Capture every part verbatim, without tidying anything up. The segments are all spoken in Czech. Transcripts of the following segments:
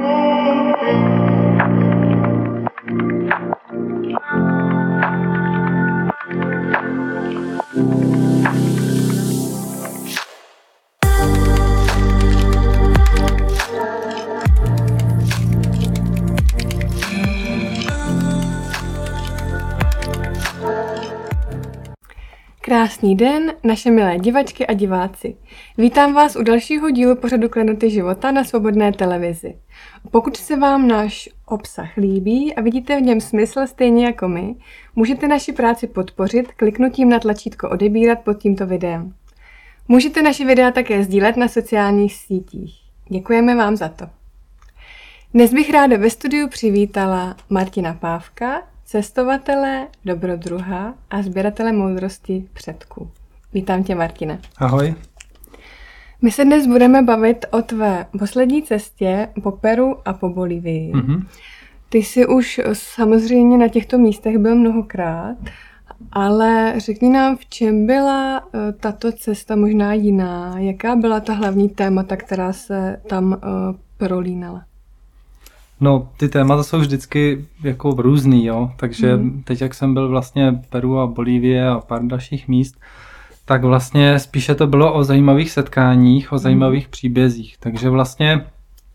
Krásný den, naše milé divačky a diváci. Vítám vás u dalšího dílu pořadu Klenoty života na Svobodné televizi. Pokud se vám náš obsah líbí a vidíte v něm smysl stejně jako my, můžete naši práci podpořit kliknutím na tlačítko odebírat pod tímto videem. Můžete naše videa také sdílet na sociálních sítích. Děkujeme vám za to. Dnes bych ráda ve studiu přivítala Martina Pávka, cestovatele, dobrodruha a sběratele moudrosti předků. Vítám tě, Martine. Ahoj. My se dnes budeme bavit o tvé poslední cestě po Peru a po Bolívii. Mm-hmm. Ty jsi už samozřejmě na těchto místech byl mnohokrát, ale řekni nám, v čem byla tato cesta možná jiná? Jaká byla ta hlavní témata, která se tam uh, prolínala? No, ty témata jsou vždycky jako různý, jo, takže mm. teď, jak jsem byl vlastně Peru a Bolívie a pár dalších míst, tak vlastně spíše to bylo o zajímavých setkáních, o zajímavých mm. příbězích, takže vlastně,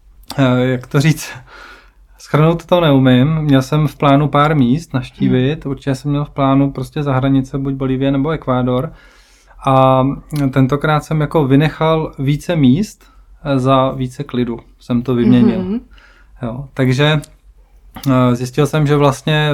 jak to říct, shrnout to neumím, měl jsem v plánu pár míst navštívit, mm. určitě jsem měl v plánu prostě za hranice, buď Bolívie nebo Ekvádor, a tentokrát jsem jako vynechal více míst za více klidu, jsem to vyměnil. Mm. Jo, takže zjistil jsem, že vlastně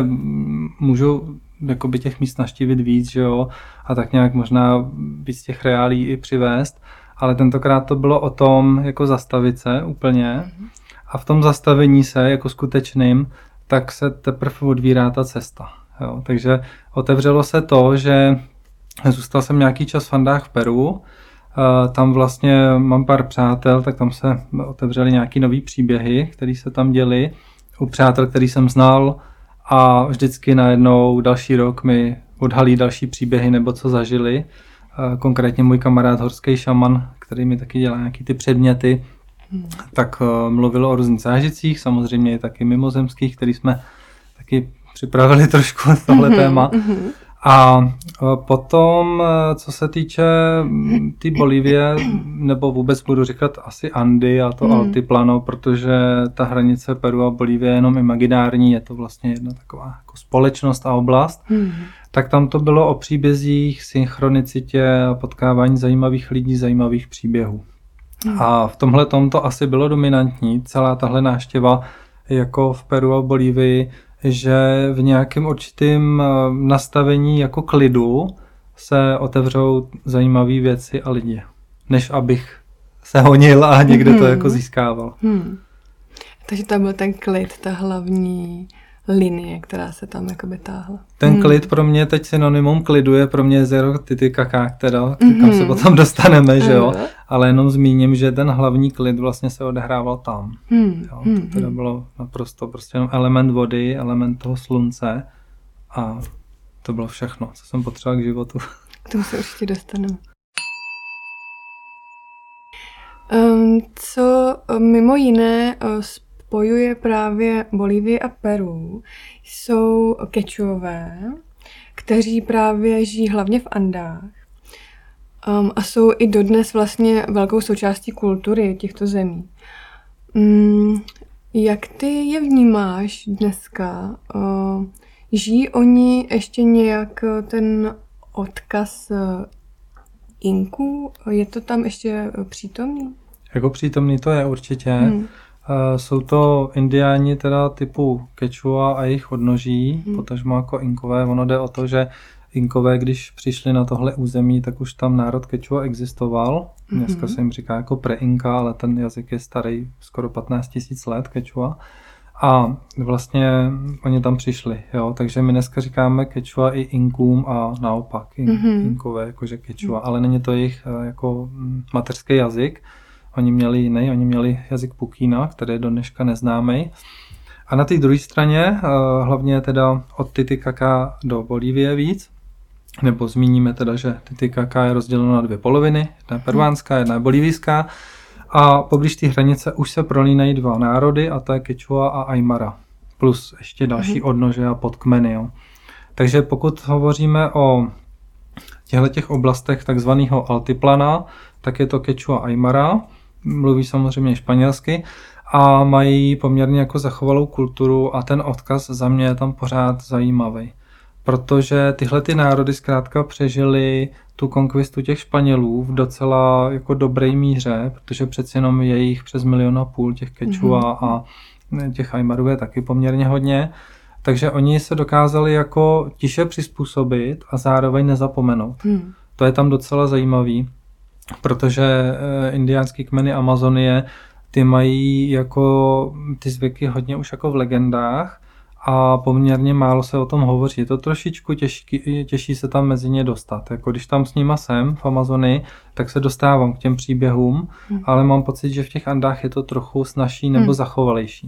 můžu jakoby těch míst navštívit víc, že jo, a tak nějak možná víc těch reálí i přivést, ale tentokrát to bylo o tom jako zastavit se úplně a v tom zastavení se jako skutečným, tak se teprve odvírá ta cesta. Jo, takže otevřelo se to, že zůstal jsem nějaký čas v Andách v Peru. Tam vlastně mám pár přátel, tak tam se otevřely nějaký nový příběhy, které se tam děly u přátel, který jsem znal, a vždycky najednou další rok mi odhalí další příběhy nebo co zažili. Konkrétně můj kamarád horský šaman, který mi taky dělá nějaký ty předměty, hmm. tak mluvil o různých zážitcích, samozřejmě i taky mimozemských, který jsme taky připravili trošku tohle hmm. téma. Hmm. A potom, co se týče té Bolívie, nebo vůbec budu říkat asi Andy a to mm. Altiplano, protože ta hranice Peru a Bolívie je jenom imaginární, je to vlastně jedna taková jako společnost a oblast, mm. tak tam to bylo o příbězích, synchronicitě a potkávání zajímavých lidí, zajímavých příběhů. Mm. A v tomhle tom to asi bylo dominantní, celá tahle návštěva jako v Peru a Bolívii, že v nějakém určitém nastavení jako klidu se otevřou zajímavé věci a lidi, než abych se honil a někde hmm. to jako získával. Hmm. Takže to byl ten klid, ta hlavní linie, která se tam jakoby táhla. Ten hmm. klid pro mě teď synonymum klidu je pro mě jezero Titicaca, teda, hmm. kam se potom dostaneme, že jo? Ale jenom zmíním, že ten hlavní klid vlastně se odehrával tam. Hmm. Jo? To teda bylo naprosto prostě jenom element vody, element toho slunce a to bylo všechno, co jsem potřeboval k životu. K tomu se určitě dostaneme. Um, co mimo jiné spojuje právě Bolívii a Peru, jsou Kečuové, kteří právě žijí hlavně v Andách um, a jsou i dodnes vlastně velkou součástí kultury těchto zemí. Um, jak ty je vnímáš dneska? Uh, žijí oni ještě nějak ten odkaz Inků? Je to tam ještě přítomný? Jako přítomný to je určitě. Hmm. Jsou to indiáni teda typu Kečua a jejich odnoží, hmm. potažmo jako Inkové. Ono jde o to, že Inkové, když přišli na tohle území, tak už tam národ Kečua existoval. Dneska hmm. se jim říká jako pre-Inka, ale ten jazyk je starý skoro patnáct tisíc let, Kečua. A vlastně oni tam přišli, jo, takže my dneska říkáme Kečua i Inkům a naopak, in, mm-hmm. Inkové jakože Kečua, ale není to jejich jako mateřský jazyk. Oni měli jiný, oni měli jazyk Pukína, který je do dneška neznámý. A na té druhé straně, hlavně teda od Titicaca do Bolívie víc, nebo zmíníme teda, že Titicaca je rozděleno na dvě poloviny, jedna je peruánská, jedna je bolívijská. A poblíž té hranice už se prolínají dva národy, a to je Kečua a Aymara. Plus ještě další mm-hmm. odnože a podkmeny. Jo. Takže pokud hovoříme o těchto oblastech takzvaného altiplana, tak je to Kečua Aymara, mluví samozřejmě španělsky a mají poměrně jako zachovalou kulturu a ten odkaz za mě je tam pořád zajímavý. Protože tyhle ty národy zkrátka přežili tu konkvistu těch Španělů v docela jako dobré míře, protože přeci jenom je jich přes milion a půl těch Kečua mm-hmm. a těch Aymarů je taky poměrně hodně. Takže oni se dokázali jako tiše přizpůsobit a zároveň nezapomenout. Mm. To je tam docela zajímavý, protože indiánský kmeny Amazonie, ty mají jako ty zvyky hodně už jako v legendách a poměrně málo se o tom hovoří. Je to trošičku těžký, těžší se tam mezi ně dostat. Jako když tam s nima jsem v Amazonii, tak se dostávám k těm příběhům, hmm. ale mám pocit, že v těch Andách je to trochu snazší nebo hmm. zachovalejší.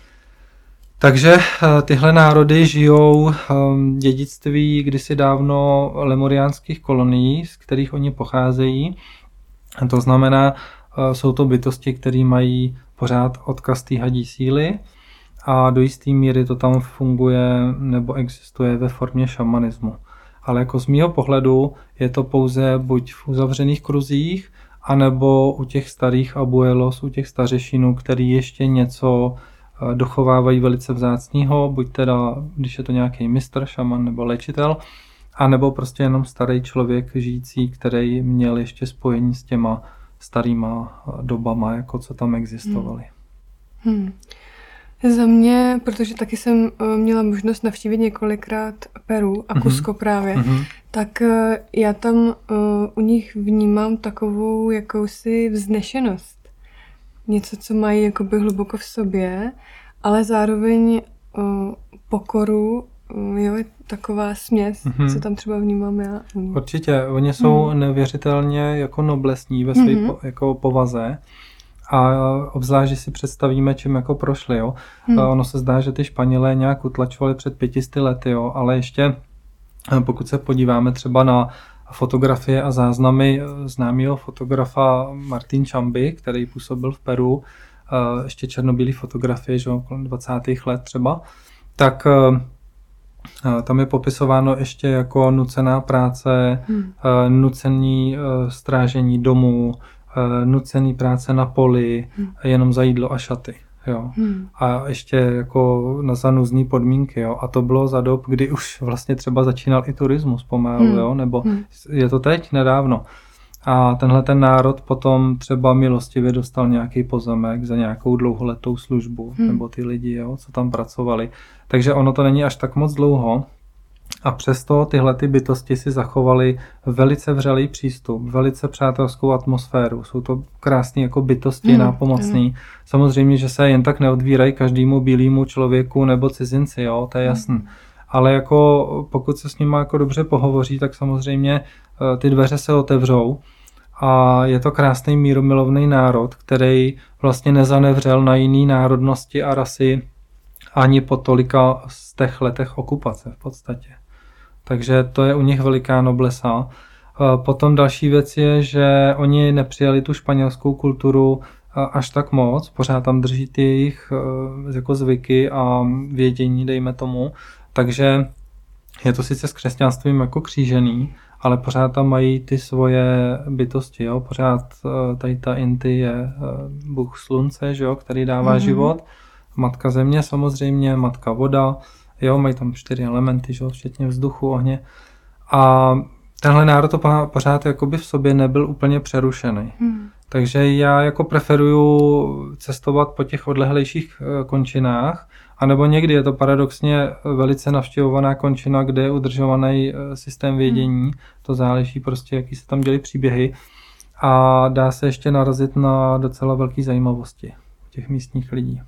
Takže tyhle národy žijou dědictví kdysi dávno lemuriánských kolonií, z kterých oni pocházejí. To znamená, jsou to bytosti, které mají pořád odkaz té hadí síly a do jisté míry to tam funguje nebo existuje ve formě šamanismu. Ale jako z mýho pohledu je to pouze buď v uzavřených kruzích, anebo u těch starých abuelos, u těch stařešinů, který ještě něco dochovávají velice vzácného, buď teda, když je to nějaký mistr, šaman nebo léčitel, anebo prostě jenom starý člověk žijící, který měl ještě spojení s těma starýma dobama, jako co tam existovaly. Hmm. Hmm. Za mě, protože taky jsem měla možnost navštívit několikrát Peru a Cusco mm-hmm. právě, mm-hmm. tak já tam uh, u nich vnímám takovou jakousi vznešenost. Něco, co mají jakoby hluboko v sobě, ale zároveň uh, pokoru, uh, jo, je taková směs, mm-hmm. co tam třeba vnímám já. Určitě, oni jsou mm. neuvěřitelně jako noblesní ve své mm-hmm. po, jako povaze a obzvlášť, že si představíme, čím jako prošli, jo. Mm. Ono se zdá, že ty Španělé nějak utlačovali před pětisty lety, jo, ale ještě pokud se podíváme třeba na fotografie a záznamy známého fotografa Martin Chamby, který působil v Peru, ještě černobílý fotografie, že kolem dvacátých let třeba, tak tam je popisováno ještě jako nucená práce, hmm. nucený strážení domů, nucený práce na poli, hmm. jenom za jídlo a šaty. Jo. Hmm. A ještě jako na zanuzný podmínky. Jo. A to bylo za dob, kdy už vlastně třeba začínal i turismus pomalu, hmm. jo. Nebo hmm. je to teď nedávno. A tenhle ten národ potom třeba milostivě dostal nějaký pozemek za nějakou dlouholetou službu, hmm. nebo ty lidi, jo, co tam pracovali. Takže ono to není až tak moc dlouho. A přesto tyhle ty bytosti si zachovaly velice vřelý přístup, velice přátelskou atmosféru. Jsou to krásné jako bytosti, hmm. nápomocný. Hmm. Samozřejmě, že se jen tak neodvírají každému bílému člověku nebo cizinci, jo, to je jasný. Hmm. Ale jako pokud se s nimi jako dobře pohovoří, tak samozřejmě ty dveře se otevřou. A je to krásný mírumilovný národ, který vlastně nezanevřel na jiný národnosti a rasy ani po tolika z těch letech okupace v podstatě. Takže to je u nich veliká noblesa. Potom další věc je, že oni nepřijali tu španělskou kulturu až tak moc, pořád tam drží ty jejich jako zvyky a vědění, dejme tomu. Takže je to sice s křesťanstvím jako křížený, ale pořád tam mají ty svoje bytosti, jo? Pořád tady ta Inti je bůh slunce, že jo? Který dává mm-hmm. život, matka země samozřejmě, matka voda, jo? Mají tam čtyři elementy, že jo? Včetně vzduchu, ohně. A tenhle národ to pořád jakoby v sobě nebyl úplně přerušený. Mm. Takže já jako preferuju cestovat po těch odlehlejších končinách, anebo někdy je to paradoxně velice navštěvovaná končina, kde je udržovaný systém vědění. Hmm. To záleží prostě, jaký se tam dělí příběhy. A dá se ještě narazit na docela velké zajímavosti těch místních lidí.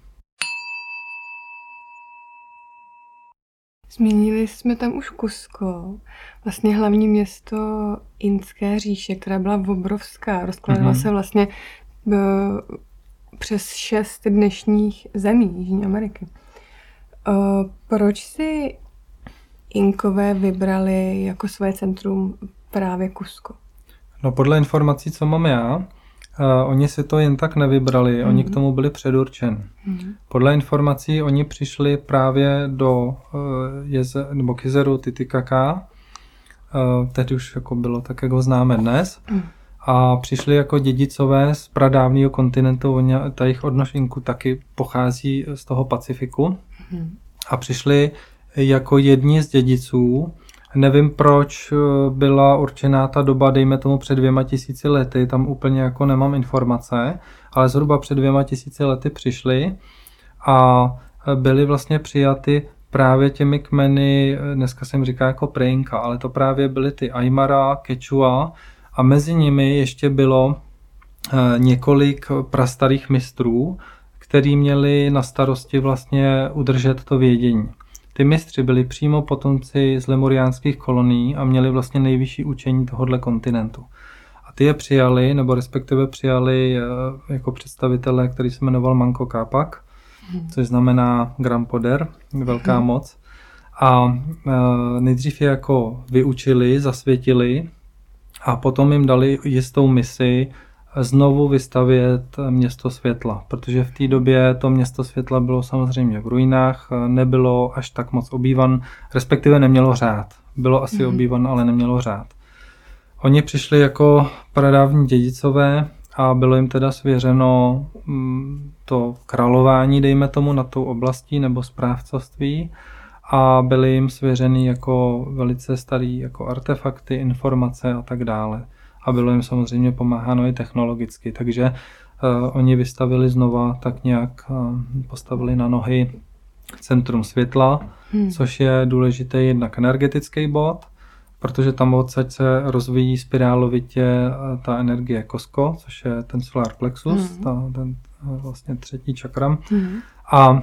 Zmínili jsme tam už Cusco, vlastně hlavní město Inské říše, která byla obrovská. Rozkládala mm-hmm. se vlastně b, přes šest dnešních zemí Jižní Ameriky. Uh, proč si Inkové vybrali jako své centrum právě Cusco? No podle informací, co mám já, Uh, oni si to jen tak nevybrali, mm. oni k tomu byli předurčeni. Mm. Podle informací oni přišli právě do uh, jeze, nebo k jezeru Titicaca, uh, teď už jako bylo tak, jak ho známe dnes, mm. a přišli jako dědicové z pradávného kontinentu, oni, ta jejich odnož Inku taky pochází z toho Pacifiku, mm. a přišli jako jedni z dědiců. Nevím, proč byla určená ta doba, dejme tomu před dvěma tisíci lety, tam úplně jako nemám informace, ale zhruba před dvěma tisíci lety přišli a byli vlastně přijaty právě těmi kmeny, dneska se jim říká jako Preinka, ale to právě byly ty Aymara, Quechua a mezi nimi ještě bylo několik prastarých mistrů, kteří měli na starosti vlastně udržet to vědění. Ty mistři byli přímo potomci z lemuriánských kolonií a měli vlastně nejvyšší učení tohohle kontinentu. A ty je přijali, nebo respektive přijali jako představitele, který se jmenoval Manco Cápac, hmm. což znamená Gran Poder, velká hmm. moc. A nejdřív je jako vyučili, zasvětili a potom jim dali jistou misi znovu vystavět město světla, protože v té době to město světla bylo samozřejmě v ruinách, nebylo až tak moc obývan, respektive nemělo řád. Bylo asi mm-hmm. obývan, ale nemělo řád. Oni přišli jako pradávní dědicové a bylo jim teda svěřeno to králování, dejme tomu, nad tou oblastí nebo správcovství a byly jim svěřeny jako velice starý jako artefakty, informace a tak dále. A bylo jim samozřejmě pomáháno i technologicky, takže uh, oni vystavili znova, tak nějak uh, postavili na nohy centrum světla, hmm. což je důležitý jednak energetický bod, protože tam odsaď se rozvíjí spirálovitě uh, ta energie Cosco, což je ten solar plexus, hmm. ta, ten uh, vlastně třetí čakram. Hmm. A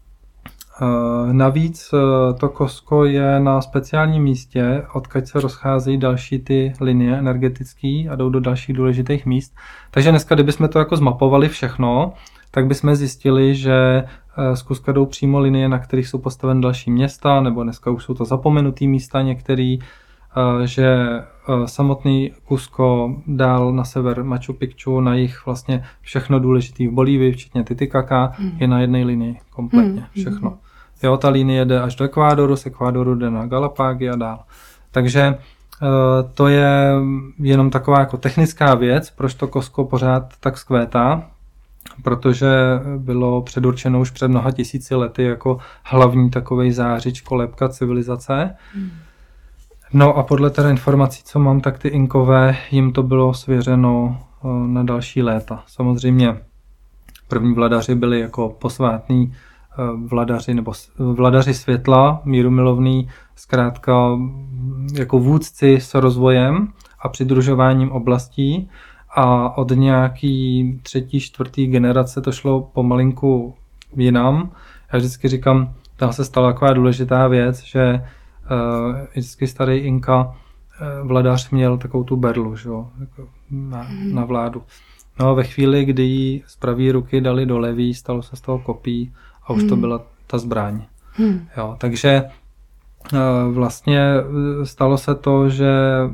Uh, navíc uh, to Cosco je na speciálním místě, odkud se rozcházejí další ty linie energetické a jdou do dalších důležitých míst. Takže dneska, kdybychom to jako zmapovali všechno, tak bychom zjistili, že uh, z Cusca jdou přímo linie, na kterých jsou postaveny další města, nebo dneska už jsou to zapomenutý místa některý, uh, že uh, samotný Cusco dál na sever Machu Picchu, na jih vlastně všechno důležitý v Bolívii, včetně Titicaca, hmm. je na jedné linii kompletně všechno. Hmm. Jo, ta linie jde až do Ekvádoru, z Ekvádoru jde na Galapágy a dál. Takže to je jenom taková jako technická věc, proč to Cusco pořád tak zkvétá, protože bylo předurčeno už před mnoha tisíci lety jako hlavní takovej zářič, kolébka civilizace. Hmm. No a podle teda informací, co mám, tak ty Inkové, jim to bylo svěřeno na další léta. Samozřejmě první vladaři byli jako posvátní vladaři nebo vladaři světla, mírumilovný, zkrátka jako vůdci s rozvojem a přidružováním oblastí a od nějaký třetí, čtvrtý generace to šlo pomalinku jinam. Já vždycky říkám, tam se stala taková důležitá věc, že uh, vždycky starý Inka uh, vladař měl takovou tu berlu, že jo, jako na, na vládu. No a ve chvíli, kdy ji z pravé ruky dali do levý, stalo se z toho kopí a už hmm. to byla ta zbraň. Hmm. Jo, takže uh, vlastně stalo se to, že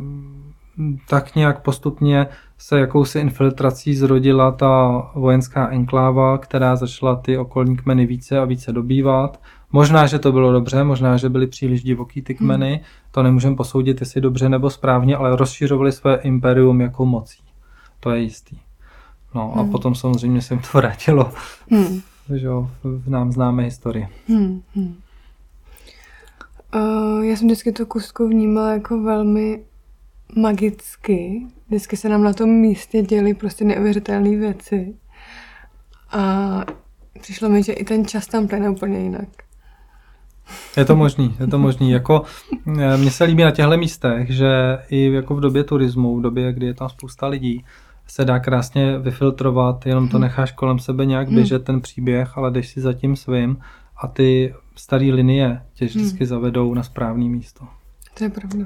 tak nějak postupně se jakousi infiltrací zrodila ta vojenská enkláva, která začala ty okolní kmeny více a více dobývat. Možná, že to bylo dobře, možná, že byly příliš divoký ty kmeny, hmm. to nemůžeme posoudit, jestli dobře nebo správně, ale rozšiřovali své imperium jako mocí. To je jistý. No hmm. a potom samozřejmě se jim to vrátilo. Hmm. Takže v nám známé historii. Hmm. Hmm. Uh, já jsem vždycky to Cusco vnímala jako velmi magicky. Vždycky se nám na tom místě děly prostě neuvěřitelné věci. A přišlo mi, že i ten čas tam plyne úplně jinak. Je to možný, je to možný. Jako, mně se líbí na těchto místech, že i jako v době turismu, v době, kdy je tam spousta lidí, se dá krásně vyfiltrovat, jenom to necháš kolem sebe nějak běžet ten příběh, ale jdeš si za tím svým a ty staré linie tě vždycky zavedou na správné místo. To je pravda.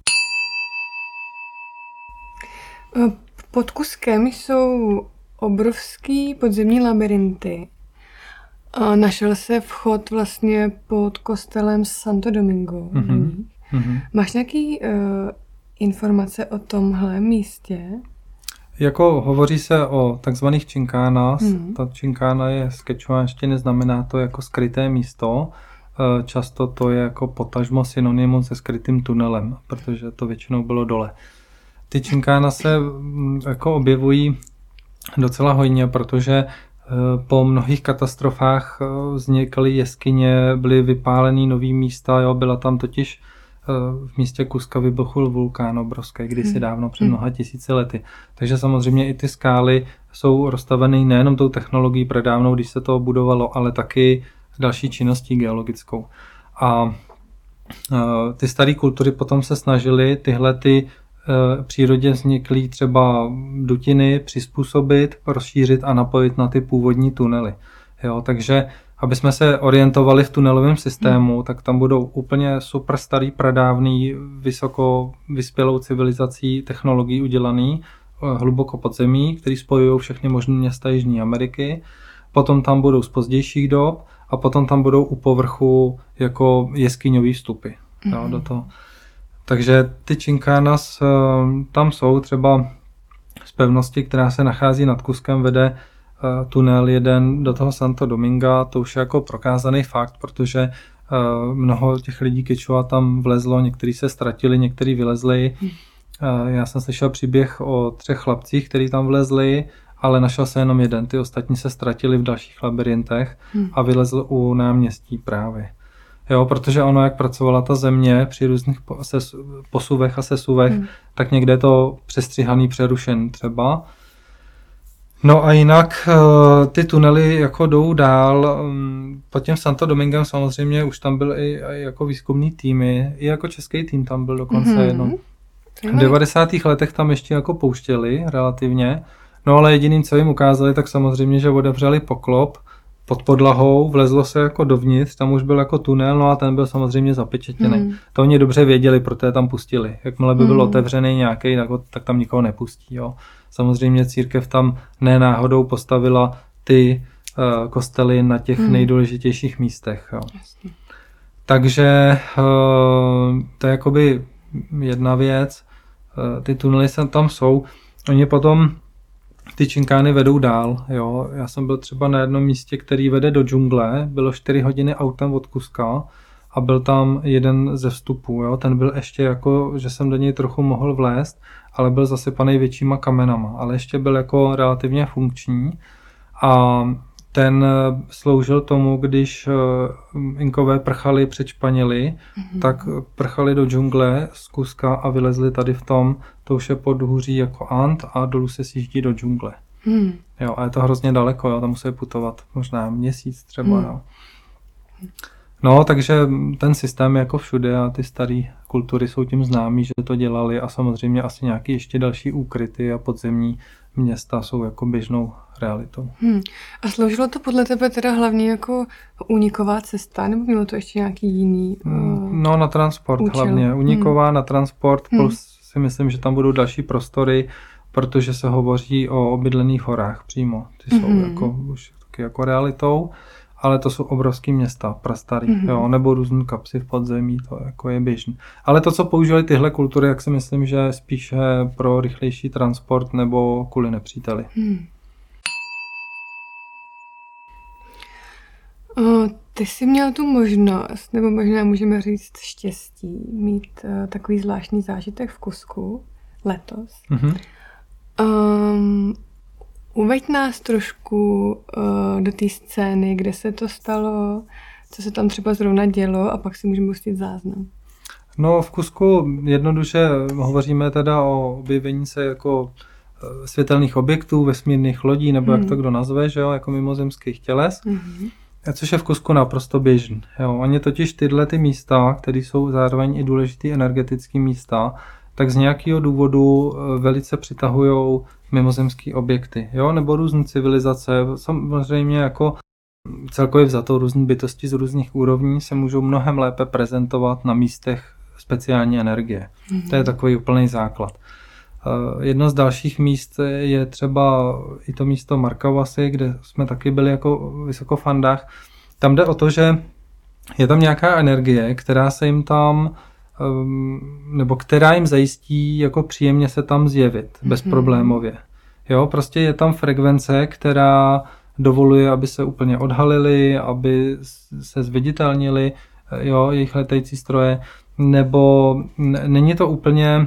Pod Cuscem jsou obrovský podzemní labyrinty. Našel se vchod vlastně pod kostelem Santo Domingo. Mm-hmm. Mm-hmm. Máš nějaký uh, informace o tomhle místě? Jako hovoří se o takzvaných činkánas. Hmm. Ta činkána je z kečuánštiny, znamená to jako skryté místo. Často to je jako potažmo synonymum se skrytým tunelem, protože to většinou bylo dole. Ty činkána se jako objevují docela hojně, protože po mnohých katastrofách vznikaly jeskyně, byly vypálený nový místa, jo, byla tam totiž v místě Kuska vybuchl vulkán obrovský, kdysi dávno před mnoha tisíci lety. Takže samozřejmě i ty skály jsou rozstaveny nejenom tou technologií predávnou, když se to budovalo, ale taky další činností geologickou. A ty staré kultury potom se snažily tyhle ty přírodě vzniklý třeba dutiny přizpůsobit, rozšířit a napojit na ty původní tunely. Jo, takže aby jsme se orientovali v tunelovém systému, hmm. tak tam budou úplně super starý, pradávný, vysoko vyspělou civilizací technologií udělaný, hluboko pod zemí, který spojují všechny možné města Jižní Ameriky. Potom tam budou z pozdějších dob a potom tam budou u povrchu jako jeskyňový vstupy. Hmm. Jo, do toho. Takže ty činkánas tam jsou, třeba z pevnosti, která se nachází nad Kuskem, vede tunel jeden do toho Santo Dominga, to už je jako prokázaný fakt, protože mnoho těch lidí Kečua tam vlezlo, někteří se ztratili, někteří vylezli. Já jsem slyšel příběh o třech chlapcích, kteří tam vlezli, ale našel se jenom jeden, ty ostatní se ztratili v dalších labyrintech a vylezl u náměstí právě. Jo, protože ono, jak pracovala ta země při různých posuvech a sesuvech, hmm. tak někde je to přestřihaný, přerušen třeba. No a jinak ty tunely jako jdou dál. Pod tím Santo Domingem samozřejmě už tam byl i, i jako výzkumný týmy, i jako český tým tam byl dokonce hmm. jednou. V devadesátých letech tam ještě jako pouštěli relativně, no ale jediným, co jim ukázali, tak samozřejmě, že otevřeli poklop pod podlahou, vlezlo se jako dovnitř, tam už byl jako tunel, no a ten byl samozřejmě zapečetěný. Hmm. To oni dobře věděli, proto je tam pustili. Jakmile by byl hmm. otevřený nějaký, tak, tak tam nikoho nepustí. Jo. Samozřejmě církev tam ne náhodou postavila ty uh, kostely na těch hmm. nejdůležitějších místech. Jo. Takže uh, to je jakoby jedna věc. Uh, ty tunely tam jsou. Oni potom ty činkány vedou dál, jo. Já jsem byl třeba na jednom místě, který vede do džungle, bylo čtyři hodiny autem od Kuska a byl tam jeden ze vstupů, jo. Ten byl ještě jako, že jsem do něj trochu mohl vlézt, ale byl zasypaný většíma kamenama, ale ještě byl jako relativně funkční a ten sloužil tomu, když Inkové prchali před Španěli, mm-hmm. tak prchali do džungle z Kuska a vylezli tady v tom, to už je podhůří jako Ant a dolů se sjíždí do džungle. Mm. Jo, a je to hrozně daleko, jo, tam musí putovat možná měsíc třeba. Mm. Jo. No, takže ten systém je jako všude a ty staré kultury jsou tím známí, že to dělali a samozřejmě asi nějaké ještě další úkryty a podzemní města jsou jako běžnou realitou. Hmm. A sloužilo to podle tebe teda hlavně jako úniková cesta, nebo mělo to ještě nějaký jiný uh, No na transport účel. Hlavně. Úniková hmm. na transport, hmm. plus si myslím, že tam budou další prostory, protože se hovoří o obydlených horách přímo. Ty jsou hmm. jako, už taky jako realitou, ale to jsou obrovský města, prastarý, mm-hmm. jo, nebo různý kapsy v podzemí, to jako je běžný. Ale to, co používali tyhle kultury, jak si myslím, že spíše pro rychlejší transport nebo kvůli nepříteli. Hmm. O, ty jsi měl tu možnost, nebo možná můžeme říct štěstí, mít uh, takový zvláštní zážitek v Kusku letos. Mm-hmm. Um, Uveď nás trošku uh, do té scény, kde se to stalo, co se tam třeba zrovna dělo a pak si můžeme pustit záznam. No v Kusku jednoduše hovoříme teda o objevení se jako uh, světelných objektů, vesmírných lodí, nebo hmm. jak to kdo nazve, že jo, jako mimozemských těles, hmm. což je v Kusku naprosto běžný. Jo. Oni totiž tyhle ty místa, které jsou zároveň i důležitý energetické místa, tak z nějakého důvodu velice přitahujou mimozemské objekty, jo, nebo různé civilizace, samozřejmě jako celkově vzato různé bytosti z různých úrovní se můžou mnohem lépe prezentovat na místech speciální energie. Mm-hmm. To je takový úplný základ. Jedno z dalších míst je třeba i to místo Markavasi, kde jsme taky byli jako vysoko v Andách. Tam jde o to, že je tam nějaká energie, která se jim tam nebo která jim zajistí jako příjemně se tam zjevit, mm-hmm. bezproblémově. Jo, prostě je tam frekvence, která dovoluje, aby se úplně odhalili, aby se zviditelnili, jo, jejich letající stroje, nebo n- není to úplně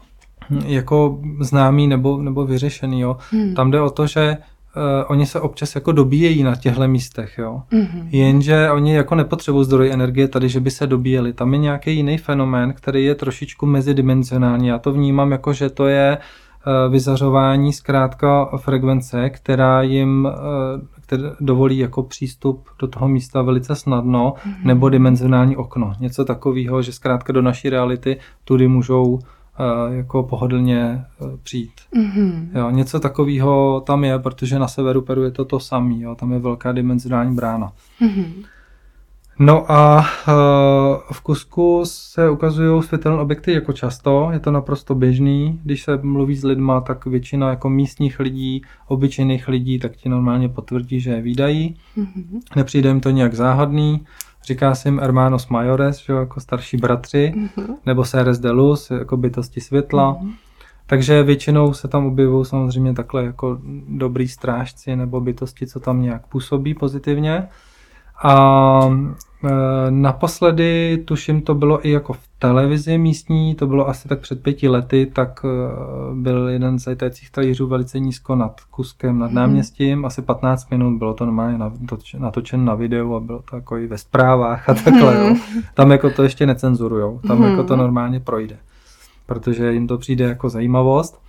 jako známý nebo, nebo vyřešený, jo. Hmm. Tam jde o to, že uh, oni se občas jako dobíjejí na těchto místech, jo. Hmm. Jenže oni jako nepotřebují zdroj energie tady, že by se dobíjeli. Tam je nějaký jiný fenomén, který je trošičku mezidimenzionální. Já to vnímám jako, že to je uh, vyzařování zkrátka frekvence, která jim uh, který dovolí jako přístup do toho místa velice snadno, hmm. nebo dimenzionální okno. Něco takového, že zkrátka do naší reality tudy můžou jako pohodlně přijít. Mm-hmm. Jo, něco takového tam je, protože na severu Peru je to to samé. Tam je velká dimenzionální brána. Mm-hmm. No a v Cuscu se ukazují světelné objekty jako často. Je to naprosto běžný. Když se mluví s lidma, tak většina jako místních lidí, obyčejných lidí, tak ti normálně potvrdí, že je vídají. Mm-hmm. Nepřijde jim to nějak záhadný. Říká se jim hermanos mayores, že jako starší bratři, mm-hmm. nebo seres de luz, jako bytosti světla. Mm-hmm. Takže většinou se tam objevují samozřejmě takhle jako dobrý strážci nebo bytosti, co tam nějak působí pozitivně. A e, naposledy, tuším, to bylo i jako v televizi místní, to bylo asi tak před pěti lety, tak e, byl jeden z letajících talířů velice nízko nad Cuskem, nad náměstím, asi patnáct minut, bylo to normálně natočeno na videu a bylo to jako i ve zprávách a takhle. Jo. Tam jako to ještě necenzurujou, tam jako to normálně projde, protože jim to přijde jako zajímavost.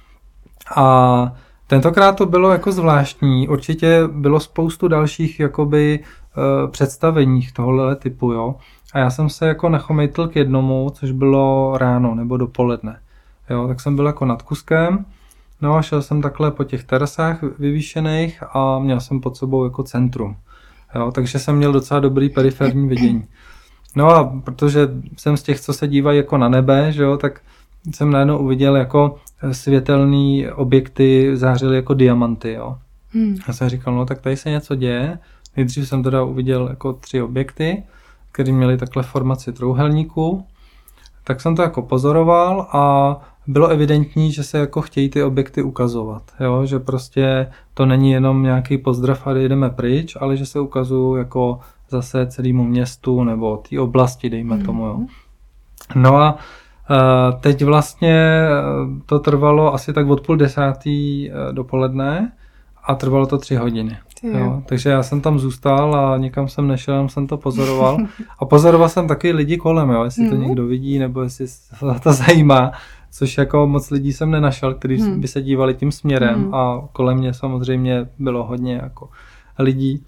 A tentokrát to bylo jako zvláštní, určitě bylo spoustu dalších jakoby představeních tohohle typu, jo. A já jsem se jako nachomejtl k jednomu, což bylo ráno nebo dopoledne. Jo, tak jsem byl jako nad Cuskem, no a šel jsem takhle po těch terasách vyvýšených a měl jsem pod sebou jako centrum. Jo, takže jsem měl docela dobrý periferní vidění. No a protože jsem z těch, co se dívají jako na nebe, že jo, tak jsem najednou uviděl jako světelný objekty zářily jako diamanty, jo. Hmm. Já jsem říkal, no tak tady se něco děje. Nejdřív jsem teda uviděl jako tři objekty, které měly takhle formaci trouhelníku. Tak jsem to jako pozoroval a bylo evidentní, že se jako chtějí ty objekty ukazovat. Jo? Že prostě to není jenom nějaký pozdrav a jdeme pryč, ale že se ukazují jako zase celému městu nebo té oblasti, dejme mm. tomu. Jo? No a teď vlastně to trvalo asi tak od půl desátý dopoledne a trvalo to tři hodiny. Jo, takže já jsem tam zůstal a nikam jsem nešel, jenom jsem to pozoroval. A pozoroval jsem taky lidi kolem, jo, jestli to někdo vidí, nebo jestli se to zajímá, což jako moc lidí jsem nenašel, kteří by se dívali tím směrem a kolem mě samozřejmě bylo hodně jako lidí.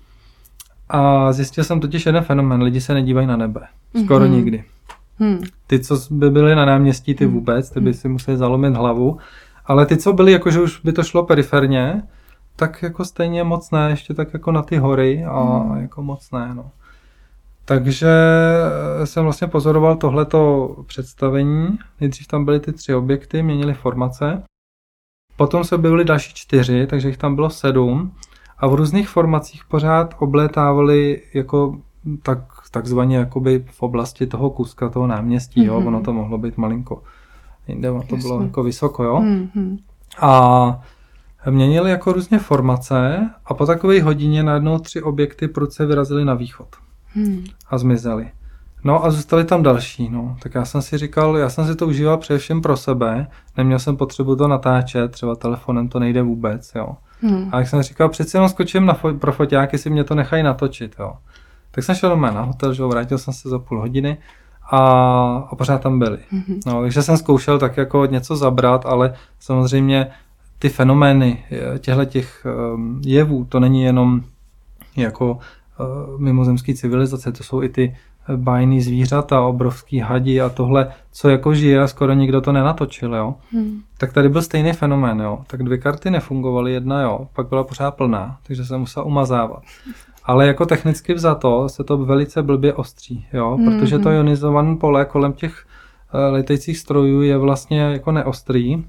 A zjistil jsem totiž jeden fenomén, lidi se nedívají na nebe, skoro mm-hmm. nikdy. Ty, co by byli na náměstí, ty vůbec, ty by si museli zalomit hlavu, ale ty, co byli, jakože už by to šlo periferně, tak jako stejně moc ne, ještě tak jako na ty hory a hmm. jako moc ne, no. Takže jsem vlastně pozoroval tohleto představení. Nejdřív tam byly ty tři objekty, měnily formace. Potom se objevily další čtyři, takže jich tam bylo sedm. A v různých formacích pořád oblétávali jako tak, takzvaně jakoby v oblasti toho Cusca, toho náměstí, mm-hmm. jo. Ono to mohlo být malinko jinde, ono to bylo jako vysoko, jo. Mm-hmm. A měnili jako různě formace a po takové hodině najednou tři objekty prudce vyrazily na východ hmm. a zmizely. No a zůstaly tam další, no. Tak já jsem si říkal, já jsem si to užíval především pro sebe, neměl jsem potřebu to natáčet, třeba telefonem to nejde vůbec, jo. Hmm. A jak jsem říkal, přeci jenom skočím na fo- pro foťáky, si mě to nechají natočit, jo. Tak jsem šel doma na hotel, že jo, vrátil jsem se za půl hodiny a, a pořád tam byli. Hmm. No, takže jsem zkoušel tak jako něco zabrat, ale samozřejmě ty fenomény těchto jevů, to není jenom jako mimozemský civilizace, to jsou i ty bájný zvířata, obrovský hadi a tohle, co jako žije a skoro nikdo to nenatočil, jo. Hmm. Tak tady byl stejný fenomén, jo. Tak dvě karty nefungovaly, jedna jo, pak byla pořád plná, takže se musela umazávat. Ale jako technicky vzato se to velice blbě ostří, jo, hmm. protože to ionizované pole kolem těch letajících strojů je vlastně jako neostrý,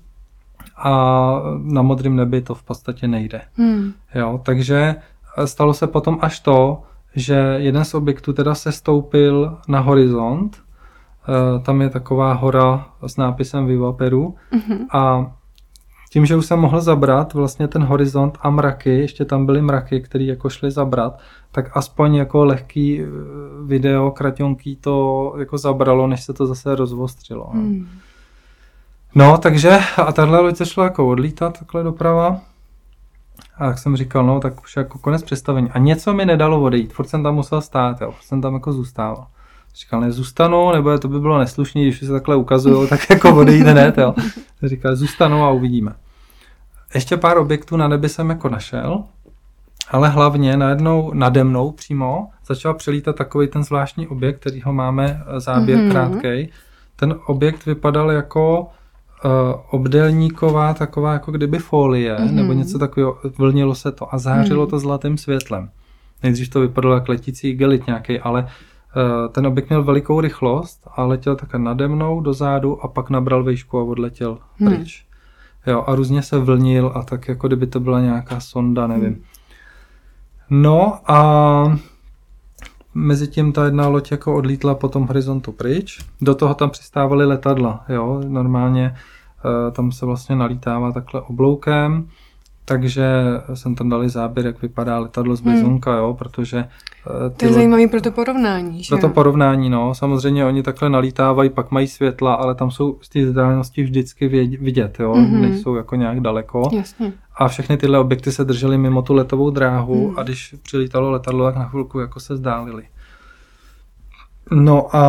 a na modrém nebi to v podstatě nejde. Hmm. Jo, takže stalo se potom až to, že jeden z objektů teda se stoupil na horizont. E, tam je taková hora s nápisem Viva Peru. Mm-hmm. A tím, že už jsem mohl zabrat vlastně ten horizont a mraky, ještě tam byly mraky, které jako šly zabrat, tak aspoň jako lehký video, kraťonký to jako zabralo, než se to zase rozvostřilo. Hmm. No, takže a tahle loď se šla jako odlítat takhle doprava. A jak jsem říkal, no, tak už jako konec představení. A něco mi nedalo odejít, furt jsem tam musel stát, jo, furt jsem tam jako zůstával. Říkal, ne, zůstanu, nebo to by bylo neslušný, když se takhle ukazujou, tak jako odejde, ne, jo. Říkal, zůstanu a uvidíme. Ještě pár objektů na nebi jsem jako našel, ale hlavně najednou nade mnou přímo začal přelítat takový ten zvláštní objekt, který ho máme záběr mm-hmm. krátkej. Ten objekt vypadal jako uh, obdélníková taková jako kdyby folie, mm-hmm. nebo něco takového, vlnilo se to a zářilo mm-hmm. to zlatým světlem. Nejdřív to vypadalo jako letící igelit nějaký, ale uh, ten objekt měl velikou rychlost a letěl také nade mnou dozadu a pak nabral výšku a odletěl mm. pryč. Jo, a různě se vlnil a tak jako kdyby to byla nějaká sonda, nevím. Mm. No a mezi tím ta jedna loď jako odlítla po tom horizontu pryč. Do toho tam přistávaly letadla, jo, normálně uh, tam se vlastně nalítává takhle obloukem, takže jsem tam dali záběr, jak vypadá letadlo z blizonka, hmm. jo, protože... Uh, to je zajímavý pro to porovnání, že? Pro to porovnání, no. Samozřejmě oni takhle nalítávají, pak mají světla, ale tam jsou z té vzdálenosti vždycky vidět, jo, mm-hmm. nejsou jako nějak daleko. Jasně. A všechny tyhle objekty se držely mimo tu letovou dráhu hmm. a když přilítalo letadlo, tak na chvilku jako se zdálili. No a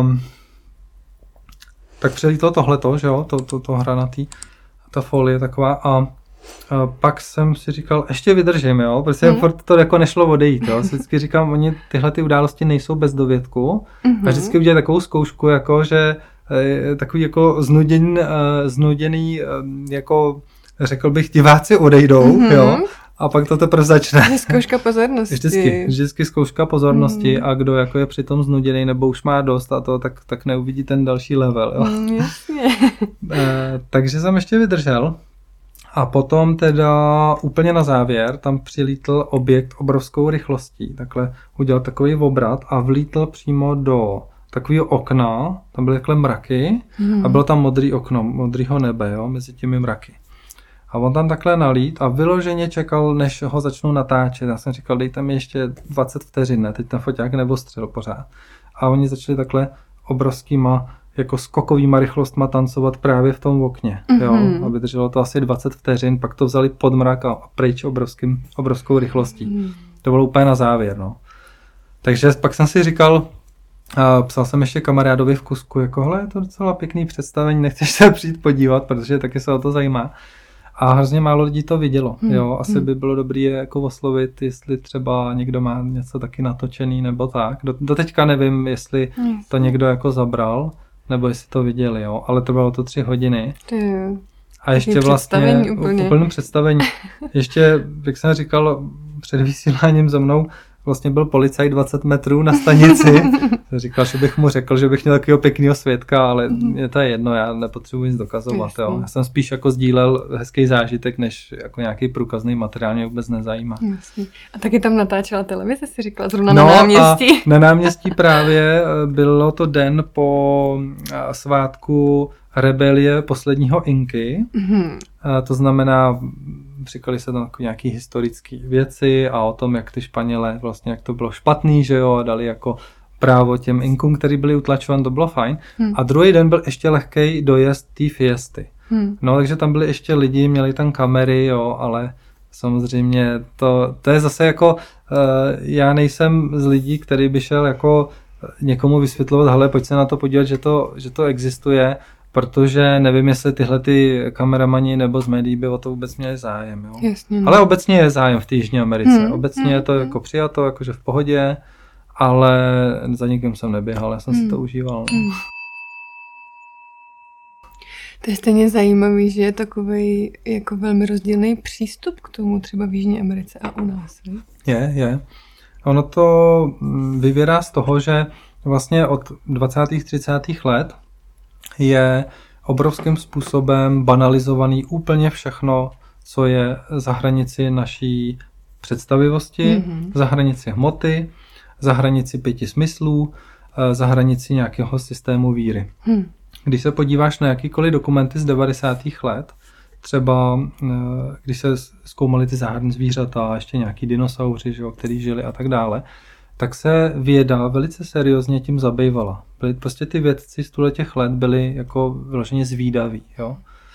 tak přilítlo tohleto, že jo, to, to, to hranatý, ta folie taková a A pak jsem si říkal, ještě vydržím, jo, protože mm. furt to jako nešlo odejít, jo. Si vždycky říkám, oni tyhle ty události nejsou bez dovědku mm-hmm. a vždycky udělají takovou zkoušku, jako, že e, takový jako znuděn, e, znuděný, e, jako řekl bych, diváci odejdou, mm-hmm. jo, a pak to teprve začne. Zkouška pozornosti. Vždycky, vždycky zkouška pozornosti mm. a kdo jako je přitom znuděný nebo už má dost a to, tak, tak neuvidí ten další level, jo. Mm, jasně. e, takže jsem ještě vydržel. A potom teda úplně na závěr tam přilítl objekt obrovskou rychlostí. Takhle udělal takový obrat a vlítl přímo do takového okna. Tam byly takhle mraky hmm. a bylo tam modrý okno, modrýho nebe, jo, mezi těmi mraky. A on tam takhle nalít a vyloženě čekal, než ho začnou natáčet. Já jsem říkal, dejte mi ještě dvacet vteřin, ne? Teď ten foťák nebostřel pořád. A oni začali takhle obrovskýma jako skokovýma rychlostma tancovat právě v tom okně, mm-hmm. jo, a vydrželo to asi dvacet vteřin, pak to vzali pod mrak a pryč obrovským, obrovskou rychlostí. Mm. To bylo úplně na závěr, no. Takže pak jsem si říkal, a psal jsem ještě kamarádovi v kusku, jako hele, je to docela pěkný představení, nechceš se přijít podívat, protože taky se o to zajímá. A hrozně málo lidí to vidělo, mm. jo, asi mm. by bylo dobré je jako oslovit, jestli třeba někdo má něco taky natočený nebo tak. Do, do teďka nevím, jestli mm. to někdo jako zabral, nebo jestli to viděli, jo, ale to bylo to tři hodiny. Ty, a ještě vlastně úplně. úplném představení. Ještě, jak jsem říkal, před vysíláním za mnou vlastně byl policajt dvacet metrů na stanici. Říkal, že bych mu řekl, že bych měl takového pěkného svědka, ale je to jedno, já nepotřebuji nic dokazovat. Jo. Já jsem spíš jako sdílel hezký zážitek, než jako nějaký průkazný materiál, mě vůbec nezajímá. Jasně. A taky tam natáčela televize, si říkala, zrovna no na náměstí. A na náměstí právě bylo to den po svátku rebelie posledního Inky. Mm-hmm. A to znamená, říkali se tam nějaké historické věci a o tom, jak ty Španělé vlastně, jak to bylo špatný, že jo, a dali jako právo těm Inkům, který byli utlačovan, to bylo fajn. Hmm. A druhý den byl ještě lehkej dojezd té fiesty. Hmm. No, takže tam byli ještě lidi, měli tam kamery, jo, ale samozřejmě to, to je zase jako, uh, já nejsem z lidí, který by šel jako někomu vysvětlovat, hele, pojď se na to podívat, že to, že to existuje, protože nevím, jestli tyhle ty kameramani nebo z médií by o to vůbec měli zájem. Jo? Jasně, ale obecně je zájem v té Jižní Americe. Hmm. Obecně hmm. je to jako přijato, jakože v pohodě, ale za nikým jsem neběhal, já jsem hmm. si to užíval. No. Hmm. To je stejně zajímavý, že je takový jako velmi rozdílný přístup k tomu třeba v Jižní Americe a u nás. Ne? Je, je. Ono to vyvěrá z toho, že vlastně od dvacátých třicátých let je obrovským způsobem banalizovaný úplně všechno, co je za hranici naší představivosti, mm-hmm. za hranici hmoty, za hranici pěti smyslů, za hranici nějakého systému víry. Mm. Když se podíváš na jakýkoliv dokumenty z devadesátých let, třeba, když se zkoumaly ty záhadné zvířata, ještě nějaký dinosauři, že jo, který žili a tak dále, tak se věda velice seriózně tím zabývala. Byli prostě ty vědci z těch let byli jako vyloženě zvídaví, jo.